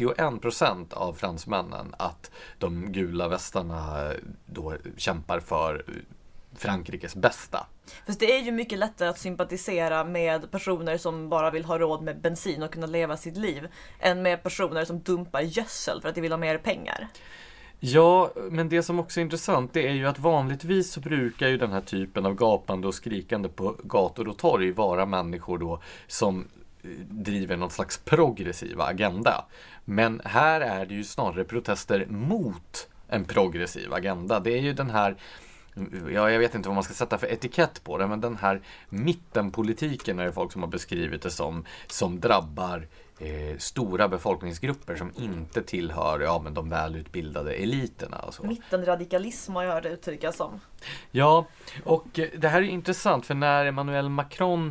71% av fransmännen att de gula västarna då kämpar för Frankrikes bästa. Fast det är ju mycket lättare att sympatisera med personer som bara vill ha råd med bensin och kunna leva sitt liv än med personer som dumpar gödsel för att de vill ha mer pengar. Ja, men det som också är intressant det är ju att vanligtvis så brukar ju den här typen av gapande och skrikande på gator och torg vara människor då som driver någon slags progressiv agenda. Men här är det ju snarare protester mot en progressiv agenda. Det är ju den här, ja, jag vet inte vad man ska sätta för etikett på det, men den här mittenpolitiken är det folk som har beskrivit det som drabbar stora befolkningsgrupper som inte tillhör men de välutbildade eliterna. Och så. Mittenradikalism har jag hört uttryckas som. Ja, och det här är intressant för när Emmanuel Macron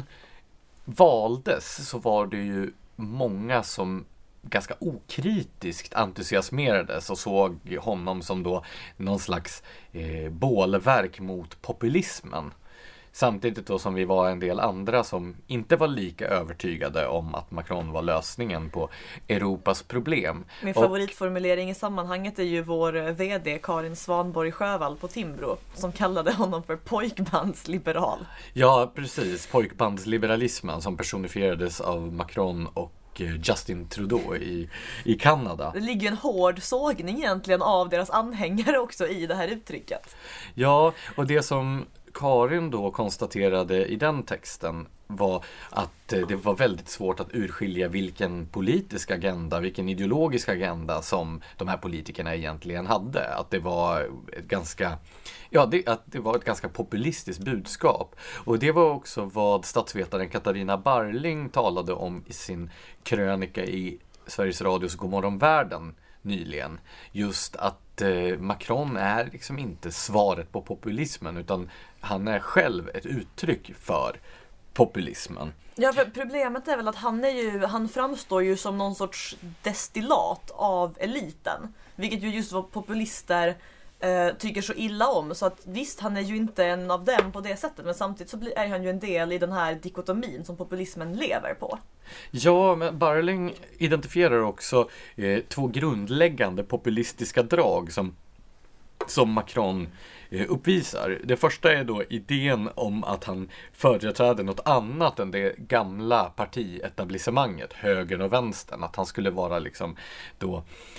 valdes så var det ju många som ganska okritiskt entusiasmerades och såg honom som då någon slags bålverk mot populismen. Samtidigt då som vi var en del andra som inte var lika övertygade om att Macron var lösningen på Europas problem. Min favoritformulering i sammanhanget är ju vår vd Karin Svanborg Sjövall på Timbro som kallade honom för pojkbandsliberal. Ja, precis. Pojkbandsliberalismen som personifierades av Macron och Justin Trudeau i Kanada. Det ligger en hård sågning egentligen av deras anhängare också i det här uttrycket. Ja, och det som Karin då konstaterade i den texten var att det var väldigt svårt att urskilja vilken politisk agenda, vilken ideologisk agenda som de här politikerna egentligen hade. Att det var ett ganska, att det var ett ganska populistiskt budskap. Och det var också vad statsvetaren Katarina Barling talade om i sin krönika i Sveriges Radios Godmorgon Världen nyligen. Just att Macron är liksom inte svaret på populismen utan han är själv ett uttryck för populismen. Ja, för problemet är väl att han framstår ju som någon sorts destillat av eliten. Vilket ju just vad populister tycker så illa om. Så att visst, han är ju inte en av dem på det sättet. Men samtidigt så är han ju en del i den här dikotomin som populismen lever på. Ja, men Barling identifierar också två grundläggande populistiska drag som Macron uppvisar. Det första är då idén om att han företräder något annat än det gamla partietablissemanget, högern och vänstern. Att han skulle vara liksom då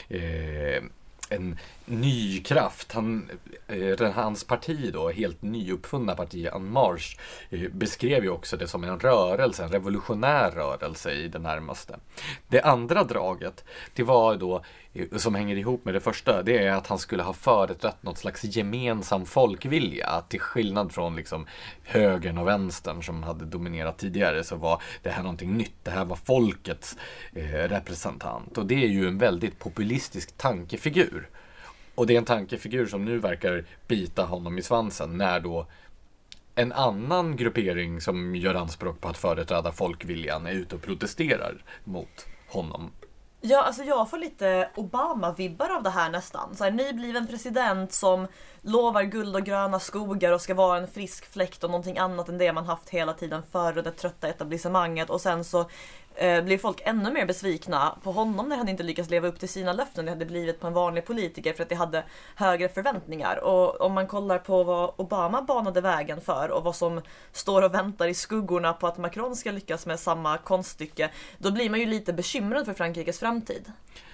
en ny kraft. Hans parti då, helt nyuppfunna parti En Marche, beskrev ju också det som en rörelse, en revolutionär rörelse i det närmaste. Det andra draget, det var då, som hänger ihop med det första, det är att han skulle ha företrätt något slags gemensam folkvilja. Till skillnad från liksom högern och vänstern som hade dominerat tidigare så var det här någonting nytt. Det här var folkets representant. Och det är ju en väldigt populistisk tankefigur. Och det är en tankefigur som nu verkar bita honom i svansen när då en annan gruppering som gör anspråk på att företräda folkviljan är ute och protesterar mot honom. Ja, alltså jag får lite Obama-vibbar av det här nästan. Så här, nybliven president som lovar guld och gröna skogar och ska vara en frisk fläkt och någonting annat än det man haft hela tiden före det trötta etablissemanget. Och sen så blev folk ännu mer besvikna på honom när han inte lyckas leva upp till sina löften det hade blivit på en vanlig politiker för att det hade högre förväntningar. Och om man kollar på vad Obama banade vägen för och vad som står och väntar i skuggorna på att Macron ska lyckas med samma konststycke, då blir man ju lite bekymrad för Frankrikes framtid.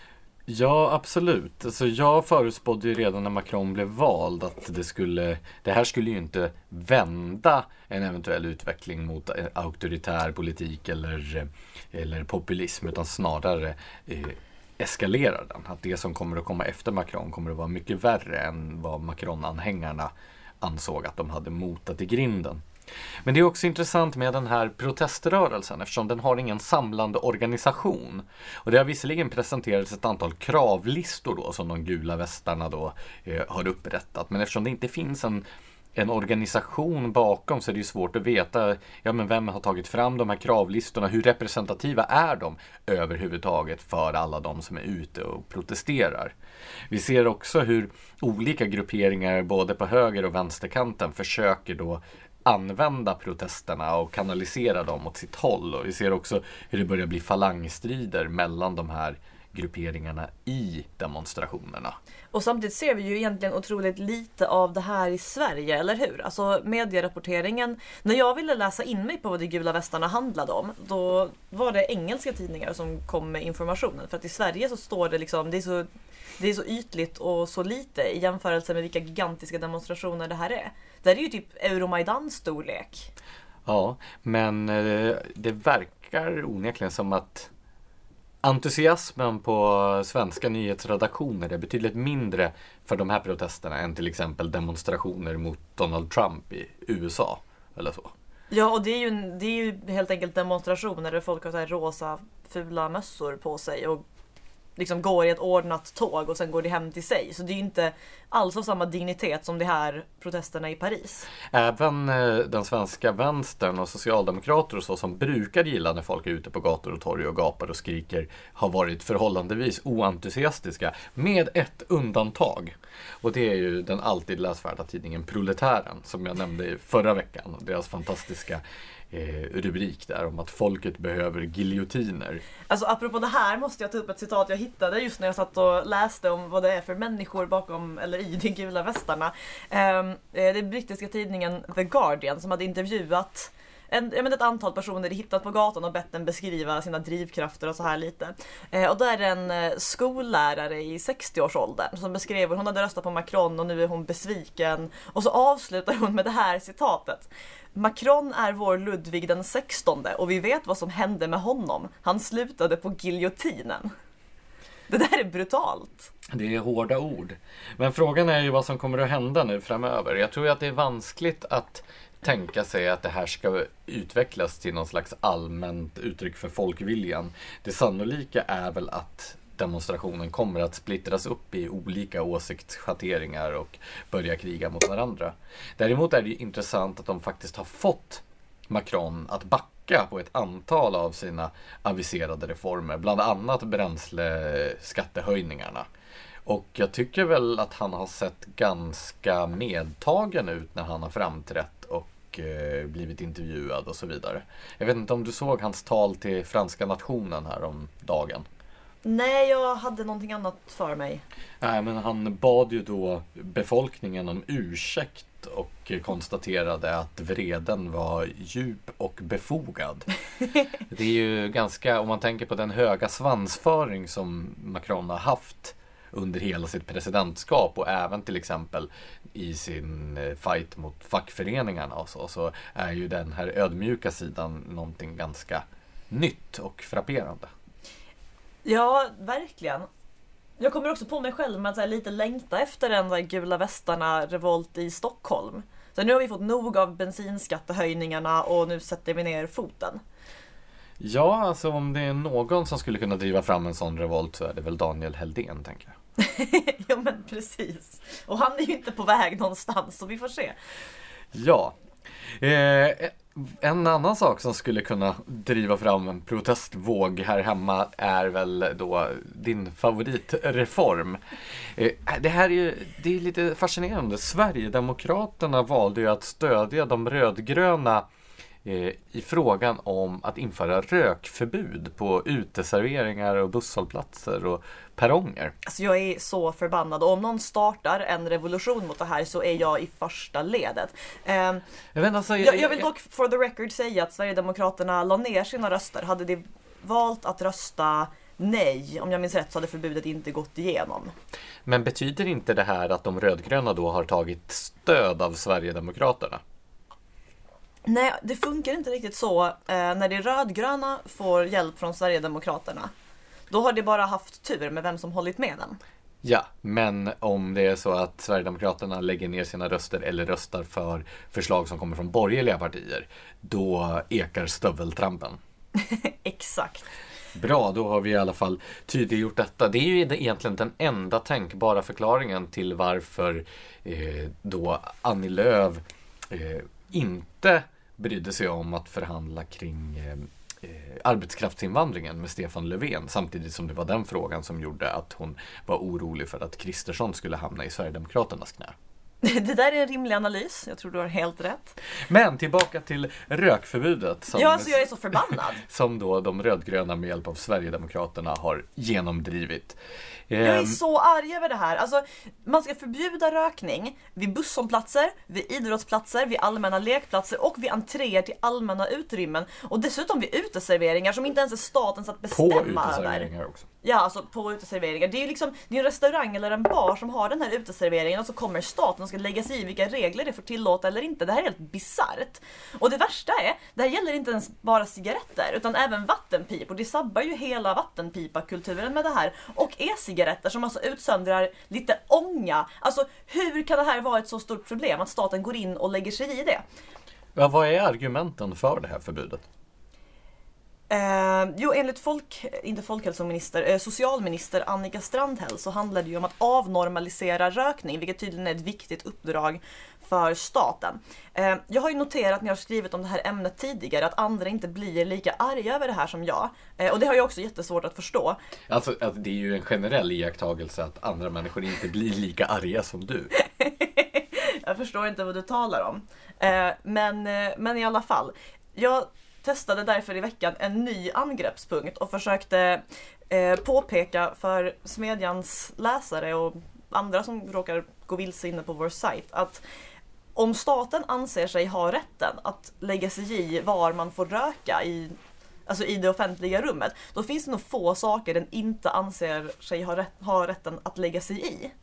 Ja, absolut. Alltså, jag förutspådde ju redan när Macron blev vald att det här skulle ju inte vända en eventuell utveckling mot auktoritär politik eller populism, utan snarare eskalerar den. Att det som kommer att komma efter Macron kommer att vara mycket värre än vad Macron-anhängarna ansåg att de hade motat i grinden. Men det är också intressant med den här proteströrelsen eftersom den har ingen samlande organisation. Och det har visserligen presenterats ett antal kravlistor då, som de gula västarna då har upprättat. Men eftersom det inte finns en organisation bakom så är det ju svårt att veta men vem har tagit fram de här kravlistorna, hur representativa är de överhuvudtaget för alla de som är ute och protesterar. Vi ser också hur olika grupperingar både på höger- och vänsterkanten försöker då använda protesterna och kanalisera dem åt sitt håll. Och vi ser också hur det börjar bli falangstrider mellan de här grupperingarna i demonstrationerna. Och samtidigt ser vi ju egentligen otroligt lite av det här i Sverige, eller hur? Alltså medierapporteringen, när jag ville läsa in mig på vad de gula västarna handlade om, då var det engelska tidningar som kom med informationen. För att i Sverige så står det liksom, det är så ytligt och så lite i jämförelse med vilka gigantiska demonstrationer det här är. Det är ju typ Euromaidan-storlek. Ja, men det verkar onekligen som att entusiasmen på svenska nyhetsredaktioner är betydligt mindre för de här protesterna än till exempel demonstrationer mot Donald Trump i USA eller så. Ja, och det är ju helt enkelt demonstrationer där folk har så här rosa fula mössor på sig och liksom går i ett ordnat tåg och sen går de hem till sig. Så det är ju inte alls av samma dignitet som de här protesterna i Paris. Även den svenska vänstern och socialdemokrater och så som brukar gilla när folk är ute på gator och torg och gapar och skriker har varit förhållandevis oentusiastiska med ett undantag. Och det är ju den alltid läsvärda tidningen Proletären som jag nämnde förra veckan. Deras fantastiska rubrik där om att folket behöver giljotiner. Alltså apropå det här måste jag ta upp ett citat jag hittade just när jag satt och läste om vad det är för människor bakom eller i de gula västarna. Det är brittiska tidningen The Guardian som hade intervjuat ett antal personer de hittat på gatan och bett dem beskriva sina drivkrafter och så här lite. Och där är en skollärare i 60-årsåldern som beskrev hur hon hade röstat på Macron och nu är hon besviken. Och så avslutar hon med det här citatet. Macron är vår Ludvig den 16:e och vi vet vad som hände med honom. Han slutade på giljotinen. Det där är brutalt. Det är hårda ord. Men frågan är ju vad som kommer att hända nu framöver. Jag tror att det är vanskligt att tänka sig att det här ska utvecklas till någon slags allmänt uttryck för folkviljan. Det sannolika är väl att demonstrationen kommer att splittras upp i olika åsiktsschatteringar och börja kriga mot varandra. Däremot är det intressant att de faktiskt har fått Macron att backa på ett antal av sina aviserade reformer, bland annat bränsleskattehöjningarna. Och jag tycker väl att han har sett ganska medtagen ut när han har framträtt och blivit intervjuad och så vidare. Jag vet inte om du såg hans tal till franska nationen här om dagen. Nej, jag hade någonting annat för mig. Nej, men han bad ju då befolkningen om ursäkt och konstaterade att vreden var djup och befogad. Det är ju ganska, om man tänker på den höga svansföring som Macron har haft under hela sitt presidentskap och även till exempel i sin fight mot fackföreningarna och så är ju den här ödmjuka sidan någonting ganska nytt och frapperande. Ja, verkligen. Jag kommer också på mig själv med att så här, lite längta efter den där gula västarna revolt i Stockholm. Så nu har vi fått nog av bensinskattehöjningarna och nu sätter vi ner foten. Ja, alltså om det är någon som skulle kunna driva fram en sån revolt så är det väl Daniel Heldén, tänker jag. Ja, men precis. Och han är ju inte på väg någonstans, så vi får se. Ja. En annan sak som skulle kunna driva fram en protestvåg här hemma är väl då din favoritreform. Det är lite fascinerande. Sverigedemokraterna valde ju att stödja de rödgröna i frågan om att införa rökförbud på uteserveringar och busshållplatser och perronger. Alltså jag är så förbannad, och om någon startar en revolution mot det här så är jag i första ledet. Jag vill dock for the record säga att Sverigedemokraterna la ner sina röster. Hade de valt att rösta nej, om jag minns rätt, så hade förbudet inte gått igenom. Men betyder inte det här att de rödgröna då har tagit stöd av Sverigedemokraterna? Nej, det funkar inte riktigt så. När de rödgröna får hjälp från Sverigedemokraterna, då har de bara haft tur med vem som hållit med dem. Ja, men om det är så att Sverigedemokraterna lägger ner sina röster eller röstar för förslag som kommer från borgerliga partier, då ekar stöveltrampen. Exakt. Bra, då har vi i alla fall tydliggjort detta. Det är ju egentligen den enda tänkbara förklaringen till varför då Annie Lööf inte brydde sig om att förhandla kring arbetskraftsinvandringen med Stefan Löfven, samtidigt som det var den frågan som gjorde att hon var orolig för att Kristersson skulle hamna i Sverigedemokraternas knä. Det där är en rimlig analys, jag tror du har helt rätt. Men tillbaka till rökförbudet som, ja, alltså jag är så förbannad. Som då de rödgröna med hjälp av Sverigedemokraterna har genomdrivit. Jag är så arg över det här. Alltså, man ska förbjuda rökning vid busshållplatser, vid idrottsplatser, vid allmänna lekplatser och vid entréer till allmänna utrymmen. Och dessutom vid uteserveringar som inte ens är statens att bestämma på uteserveringar över. Också. Ja, alltså på uteserveringar. Det är ju liksom, det är en restaurang eller en bar som har den här uteserveringen, och så kommer staten och ska lägga sig i vilka regler det får tillåta eller inte. Det här är helt bizarrt. Och det värsta är, det här gäller inte ens bara cigaretter utan även vattenpipor. Det sabbar ju hela vattenpipakulturen med det här. Och e-cigaretter som alltså utsöndrar lite ånga. Alltså hur kan det här vara ett så stort problem att staten går in och lägger sig i det? Ja, vad är argumenten för det här förbudet? Enligt socialminister Annika Strandhäll så handlar det ju om att avnormalisera rökning, vilket tydligen är ett viktigt uppdrag för staten. Jag har ju noterat när jag har skrivit om det här ämnet tidigare att andra inte blir lika arga över det här som jag. Och det har jag också jättesvårt att förstå. Alltså det är ju en generell iakttagelse att andra människor inte blir lika arga som du. Jag förstår inte vad du talar om. Men i alla fall. Jag testade därför i veckan en ny angreppspunkt och försökte påpeka för Smedjans läsare och andra som råkar gå vilse inne på vår sajt att om staten anser sig ha rätten att lägga sig i var man får röka i det offentliga rummet, då finns det nog få saker den inte anser sig ha rätten att lägga sig i.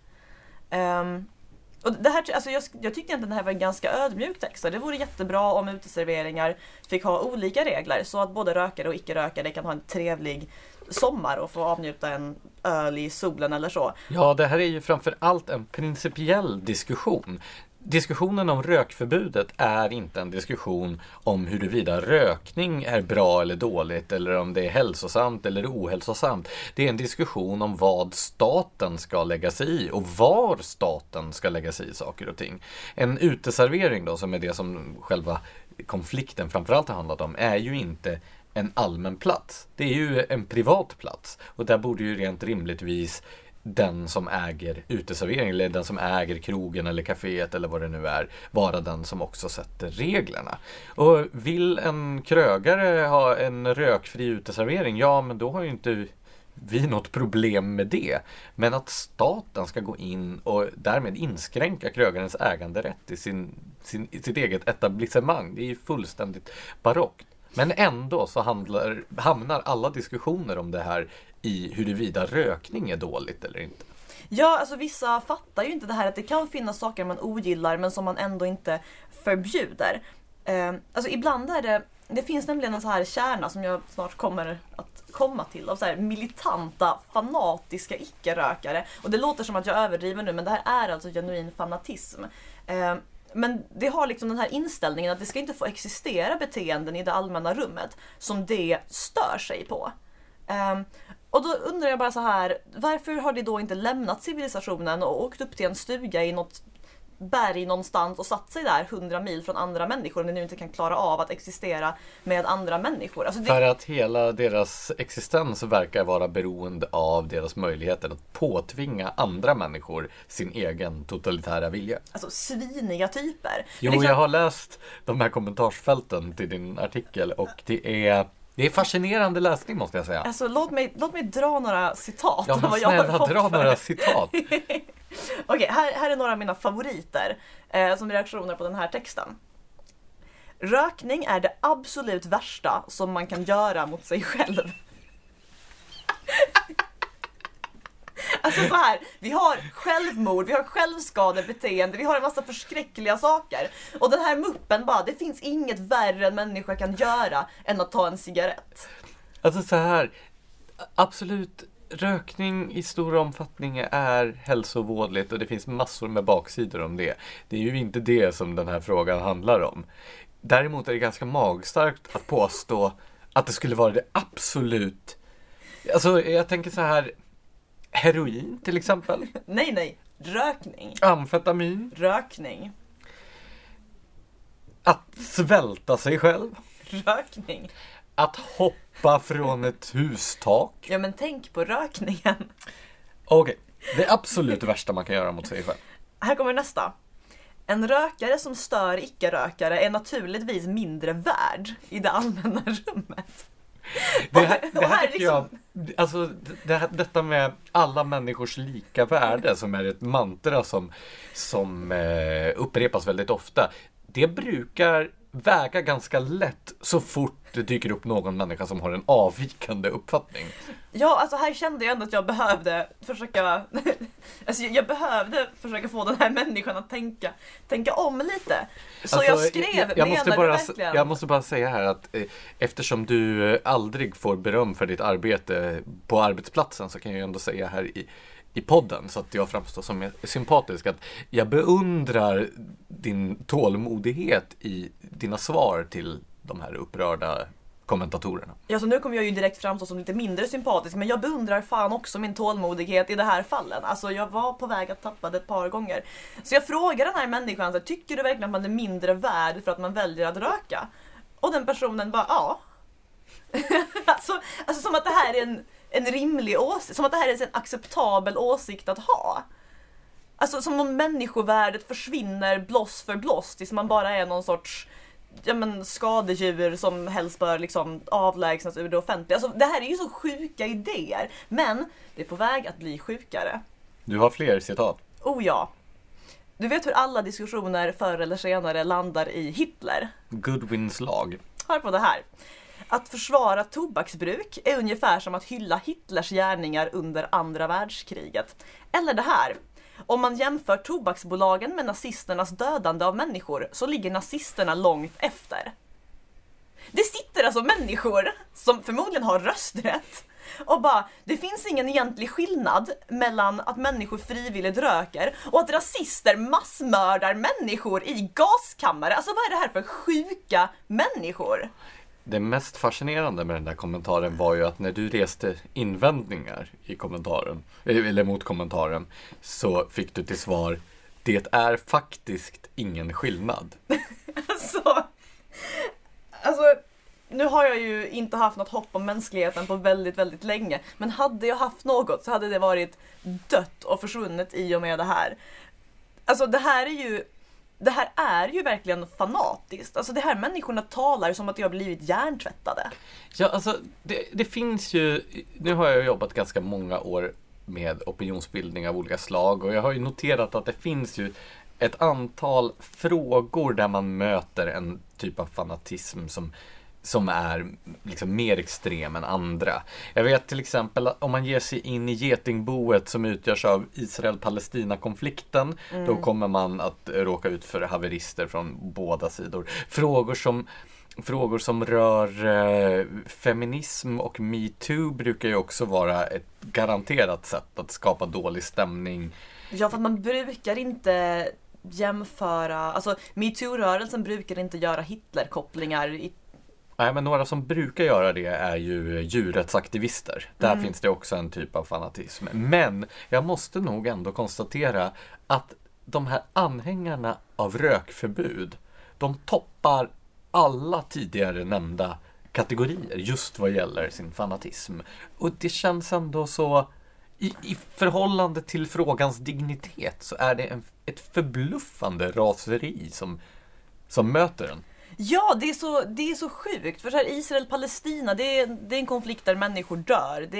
Och det här, alltså jag tyckte att den här var en ganska ödmjuk text. Det vore jättebra om uteserveringar fick ha olika regler så att både rökare och icke-rökare kan ha en trevlig sommar och få avnjuta en öl i solen eller så. Ja, det här är ju framför allt en principiell diskussion. Diskussionen om rökförbudet är inte en diskussion om huruvida rökning är bra eller dåligt eller om det är hälsosamt eller ohälsosamt. Det är en diskussion om vad staten ska lägga sig i och var staten ska lägga sig i saker och ting. En uteservering då, som är det som själva konflikten framförallt har handlat om, är ju inte en allmän plats. Det är ju en privat plats och där borde ju rent rimligtvis den som äger uteserveringen eller den som äger krogen eller kaféet eller vad det nu är vara den som också sätter reglerna. Och vill en krögare ha en rökfri uteservering, ja men då har ju inte vi något problem med det. Men att staten ska gå in och därmed inskränka krögarens äganderätt i sitt eget etablissemang, det är ju fullständigt barockt. Men ändå så hamnar alla diskussioner om det här i huruvida rökning är dåligt eller inte. Ja, alltså vissa fattar ju inte det här att det kan finnas saker man ogillar men som man ändå inte förbjuder. Alltså ibland är det finns nämligen en så här kärna som jag snart kommer att komma till av så här militanta, fanatiska icke-rökare. Och det låter som att jag överdriver nu, men det här är alltså genuin fanatism. Men det har liksom den här inställningen att det ska inte få existera beteenden i det allmänna rummet som det stör sig på. Och då undrar jag bara så här, varför har de då inte lämnat civilisationen och åkt upp till en stuga i något berg någonstans och satt sig där 100 mil från andra människor om ni nu inte kan klara av att existera med andra människor. Alltså För att hela deras existens verkar vara beroende av deras möjligheter att påtvinga andra människor sin egen totalitära vilja. Alltså sviniga typer. Jo, Liksom, jag har läst de här kommentarsfälten till din artikel och det är fascinerande läsning måste jag säga. alltså låt mig dra några citat. Ja, av men vad jag har snälla, fått dra för. några citat. Okej, här är några av mina favoriter som reaktioner på den här texten. Rökning är det absolut värsta som man kan göra mot sig själv. Alltså så här, vi har självmord, vi har självskadebeteende, vi har en massa förskräckliga saker. Och den här muppen bara, det finns inget värre en människa kan göra än att ta en cigarett. Alltså så här, absolut, rökning i stor omfattning är hälsovådligt och det finns massor med baksidor om det. Det är ju inte det som den här frågan handlar om. Däremot är det ganska magstarkt att påstå att det skulle vara det absolut... Alltså jag tänker så här, heroin till exempel. Nej, rökning. Amfetamin. Rökning. Att svälta sig själv. Rökning. Att hoppa från ett hustak. Ja men tänk på rökningen. Okej, det absolut värsta man kan göra mot sig själv. Här kommer nästa. En rökare som stör icke-rökare är naturligtvis mindre värd i det allmänna rummet. Det här tycker liksom... jag, alltså detta med alla människors lika värde som är ett mantra som upprepas väldigt ofta. Det brukar väga ganska lätt så fort det dyker upp någon människa som har en avvikande uppfattning. Ja, alltså här kände jag ändå att jag behövde försöka alltså jag behövde försöka få den här människan att tänka om lite. Så alltså, jag skrev, jag måste bara säga här att eftersom du aldrig får beröm för ditt arbete på arbetsplatsen så kan jag ju ändå säga här i podden så att jag framstår som sympatisk att jag beundrar din tålmodighet i dina svar till de här upprörda kommentatorerna. Ja, så nu kommer jag ju direkt framstå som lite mindre sympatisk, men jag beundrar fan också min tålmodighet i det här fallen. Alltså jag var på väg att tappa det ett par gånger. Så jag frågar den här människan, så, tycker du verkligen att man är mindre värd för att man väljer att röka? Och den personen bara, ja. alltså som att det här är en rimlig åsikt, som att det här är en acceptabel åsikt att ha. Alltså som om människovärdet försvinner bloss för bloss tills man bara är någon sorts skadedjur som helst bör liksom avlägsnas ur det offentliga. Alltså det här är ju så sjuka idéer, men det är på väg att bli sjukare. Du har fler citat. Oh ja. Du vet hur alla diskussioner förr eller senare landar i Hitler. Goodwins lag. Hör på det här. Att försvara tobaksbruk är ungefär som att hylla Hitlers gärningar under andra världskriget. Eller det här. Om man jämför tobaksbolagen med nazisternas dödande av människor så ligger nazisterna långt efter. Det sitter alltså människor som förmodligen har rösträtt och bara, det finns ingen egentlig skillnad mellan att människor frivilligt röker och att rasister massmördar människor i gaskammare. Alltså vad är det här för sjuka människor? Det mest fascinerande med den där kommentaren var ju att när du reste invändningar i kommentaren, eller mot kommentaren, så fick du till svar, det är faktiskt ingen skillnad. Alltså, nu har jag ju inte haft något hopp om mänskligheten på väldigt, väldigt länge. Men hade jag haft något så hade det varit dött och försvunnet i och med det här. Alltså det här är ju verkligen fanatiskt. Alltså det här människorna talar som att de har blivit hjärntvättade. Ja, alltså det finns ju, nu har jag jobbat ganska många år med opinionsbildning av olika slag och jag har ju noterat att det finns ju ett antal frågor där man möter en typ av fanatism som är liksom mer extrem än andra. Jag vet till exempel att om man ger sig in i getingboet som utgörs av Israel-Palestina-konflikten, då kommer man att råka ut för haverister från båda sidor. Frågor som rör feminism och MeToo brukar ju också vara ett garanterat sätt att skapa dålig stämning. Ja, för att man brukar inte jämföra, alltså MeToo-rörelsen brukar inte göra Hitler-kopplingar i. Nej, men några som brukar göra det är ju djurrättsaktivister. Där finns det också en typ av fanatism. Men jag måste nog ändå konstatera att de här anhängarna av rökförbud, de toppar alla tidigare nämnda kategorier just vad gäller sin fanatism. Och det känns ändå så, i förhållande till frågans dignitet, så är det ett förbluffande raseri som möter den. Ja, det är så sjukt. För så här, Israel-Palestina, det är en konflikt där människor dör.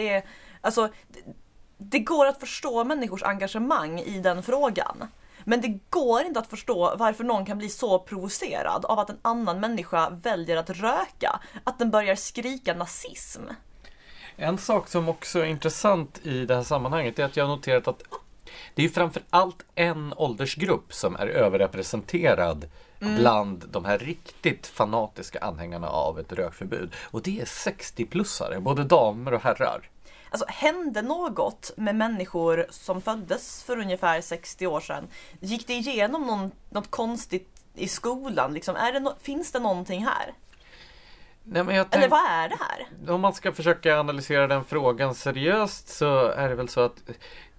Det går att förstå människors engagemang i den frågan. Men det går inte att förstå varför någon kan bli så provocerad av att en annan människa väljer att röka. Att den börjar skrika nazism. En sak som också är intressant i det här sammanhanget är att jag har noterat att det är framför allt en åldersgrupp som är överrepresenterad bland de här riktigt fanatiska anhängarna av ett rökförbud. Och det är 60-plussare, både damer och herrar. Alltså, hände något med människor som föddes för ungefär 60 år sedan? Gick det igenom något konstigt i skolan? Liksom, finns det någonting här? Nej, men eller vad är det här? Om man ska försöka analysera den frågan seriöst så är det väl så att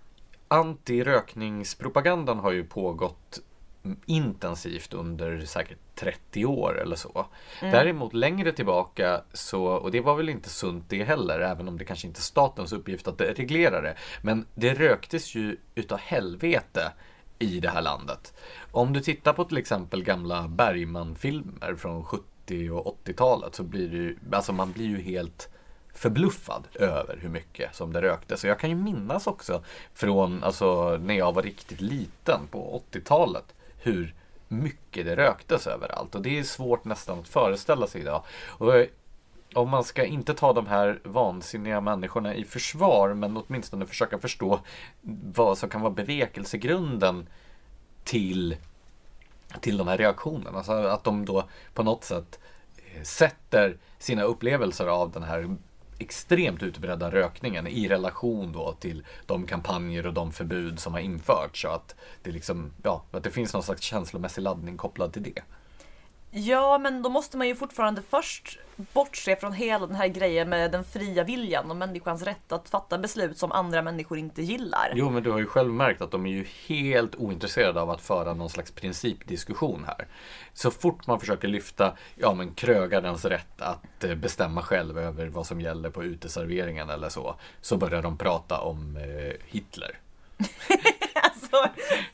antirökningspropagandan har ju pågått intensivt under säkert 30 år eller så. Däremot längre tillbaka så, och det var väl inte sunt det heller, även om det kanske inte är statens uppgift att reglera det, men det röktes ju utav helvete i det här landet. Om du tittar på till exempel gamla Bergman-filmer från 70 och 80-talet så blir det ju, alltså man blir ju helt förbluffad över hur mycket som det röktes. Så jag kan ju minnas också från, alltså, när jag var riktigt liten på 80-talet hur mycket det röktes överallt. Och det är svårt nästan att föreställa sig idag. Och om man ska inte ta de här vansinniga människorna i försvar, men åtminstone försöka förstå vad som kan vara bevekelsegrunden till de här reaktionerna. Alltså att de då på något sätt sätter sina upplevelser av den här extremt utbredda rökningen i relation då till de kampanjer och de förbud som har införts, så att det liksom, ja, att det finns någon slags känslomässig laddning kopplad till det. Ja, men då måste man ju fortfarande först bortse från hela den här grejen med den fria viljan och människans rätt att fatta beslut som andra människor inte gillar. Jo, men du har ju själv märkt att de är ju helt ointresserade av att föra någon slags principdiskussion här. Så fort man försöker lyfta, ja, men krögarens rätt att bestämma själv över vad som gäller på uteserveringen eller så börjar de prata om Hitler. Alltså,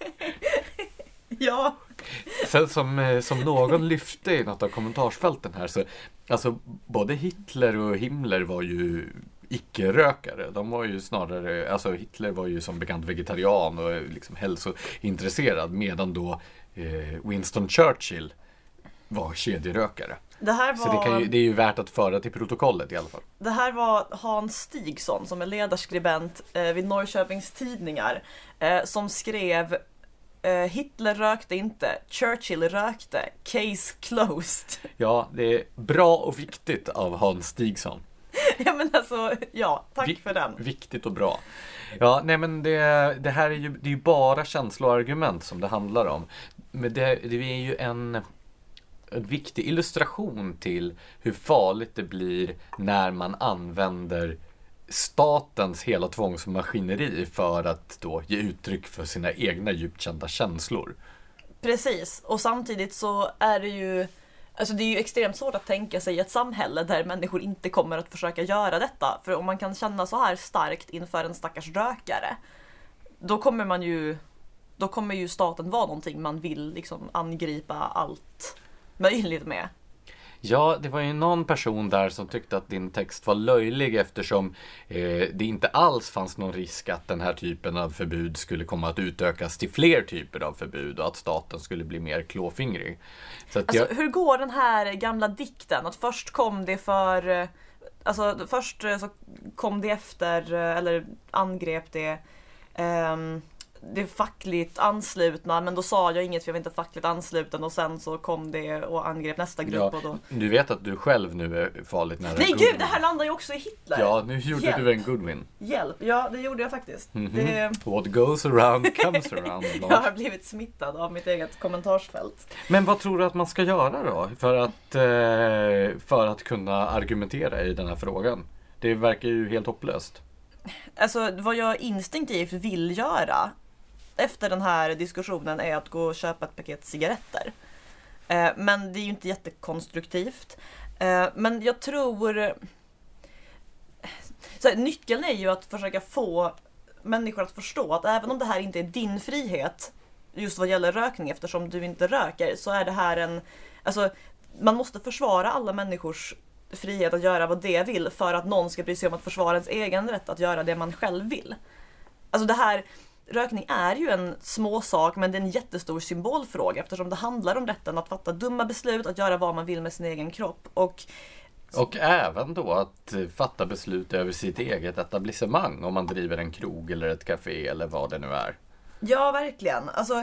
ja. Sen som någon lyfte i något av kommentarsfälten här, så alltså både Hitler och Himmler var ju icke-rökare. De var ju snarare, alltså Hitler var ju som bekant vegetarian och liksom hälsointresserad, medan då Winston Churchill var kedjerökare. Så det är ju värt att föra till protokollet i alla fall. Det här var Hans Stigson som är ledarskribent vid Norrköpings Tidningar som skrev: Hitler rökte inte, Churchill rökte, case closed. Ja, det är bra och viktigt av Hans Stigson. Ja, men alltså, ja, tack för den. Viktigt och bra. Ja, nej, men det här är ju bara känsloargument som det handlar om. Men det är ju en viktig illustration till hur farligt det blir när man använder statens hela tvångsmaskineri för att då ge uttryck för sina egna djupt kända känslor. Precis, och samtidigt så är det ju, alltså det är ju extremt svårt att tänka sig ett samhälle där människor inte kommer att försöka göra detta. För om man kan känna så här starkt inför en stackars rökare, då kommer ju staten vara någonting man vill liksom angripa allt möjligt med. Ja, det var ju någon person där som tyckte att din text var löjlig eftersom det inte alls fanns någon risk att den här typen av förbud skulle komma att utökas till fler typer av förbud och att staten skulle bli mer klåfingrig. Så att alltså, hur går den här gamla dikten? Att först kom det så kom det efter, eller angrep det det fackligt anslutna, men då sa jag inget för jag var inte fackligt ansluten, och sen så kom det och angrep nästa grupp. Ja, och då... Du vet att du själv nu är farligt nära. Nej gud, det här landar ju också i Hitler. Ja, nu gjorde du en Goodwin. Hjälp, ja det gjorde jag faktiskt. What goes around comes around. Jag har blivit smittad av mitt eget kommentarsfält. Men vad tror du att man ska göra då för att kunna argumentera i den här frågan? Det verkar ju helt hopplöst. Alltså vad jag instinktivt vill göra efter den här diskussionen är att gå och köpa ett paket cigaretter. Men det är ju inte jättekonstruktivt. Men jag tror... nyckeln är ju att försöka få människor att förstå att även om det här inte är din frihet, just vad gäller rökning eftersom du inte röker, så är det här en... Alltså, man måste försvara alla människors frihet att göra vad de vill för att någon ska bry sig om att försvara ens egen rätt att göra det man själv vill. Alltså det här... Rökning är ju en småsak, men det är en jättestor symbolfråga eftersom det handlar om rätten att fatta dumma beslut, att göra vad man vill med sin egen kropp. Och även då att fatta beslut över sitt eget etablissemang om man driver en krog eller ett café eller vad det nu är. Ja, verkligen. Alltså,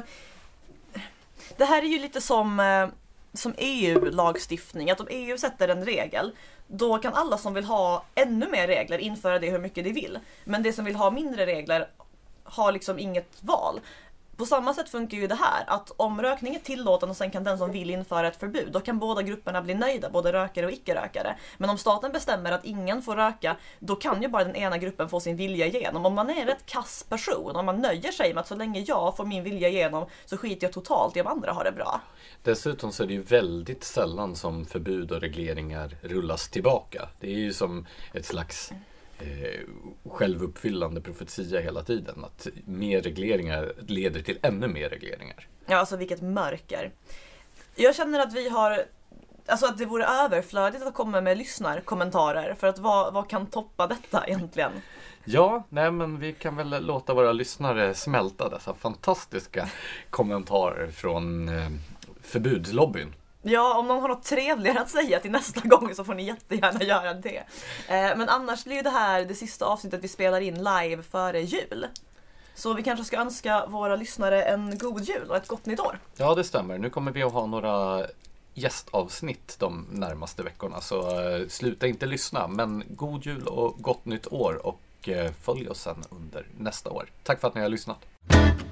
det här är ju lite som EU-lagstiftning. Att om EU sätter en regel, då kan alla som vill ha ännu mer regler införa det hur mycket de vill. Men det som vill ha mindre regler har liksom inget val. På samma sätt funkar ju det här, att om rökning är tillåten och sen kan den som vill införa ett förbud, då kan båda grupperna bli nöjda, både rökare och icke-rökare. Men om staten bestämmer att ingen får röka, då kan ju bara den ena gruppen få sin vilja igenom. Om man är en rätt kass person, om man nöjer sig med att så länge jag får min vilja igenom så skiter jag totalt i om andra har det bra. Dessutom så är det ju väldigt sällan som förbud och regleringar rullas tillbaka. Det är ju som ett slags självuppfyllande profetia hela tiden. Att mer regleringar leder till ännu mer regleringar. Ja, alltså vilket mörker. Jag känner att vi har... Alltså att det vore överflödigt att komma med lyssnarkommentarer. För att vad kan toppa detta egentligen? Ja, nej men vi kan väl låta våra lyssnare smälta dessa fantastiska kommentarer från förbudslobbyn. Ja, om någon har något trevligare att säga till nästa gång så får ni jättegärna göra det. Men annars blir det här det sista avsnittet vi spelar in live före jul. Så vi kanske ska önska våra lyssnare en god jul och ett gott nytt år. Ja, det stämmer. Nu kommer vi att ha några gästavsnitt de närmaste veckorna. Så sluta inte lyssna. Men god jul och gott nytt år och följ oss sen under nästa år. Tack för att ni har lyssnat.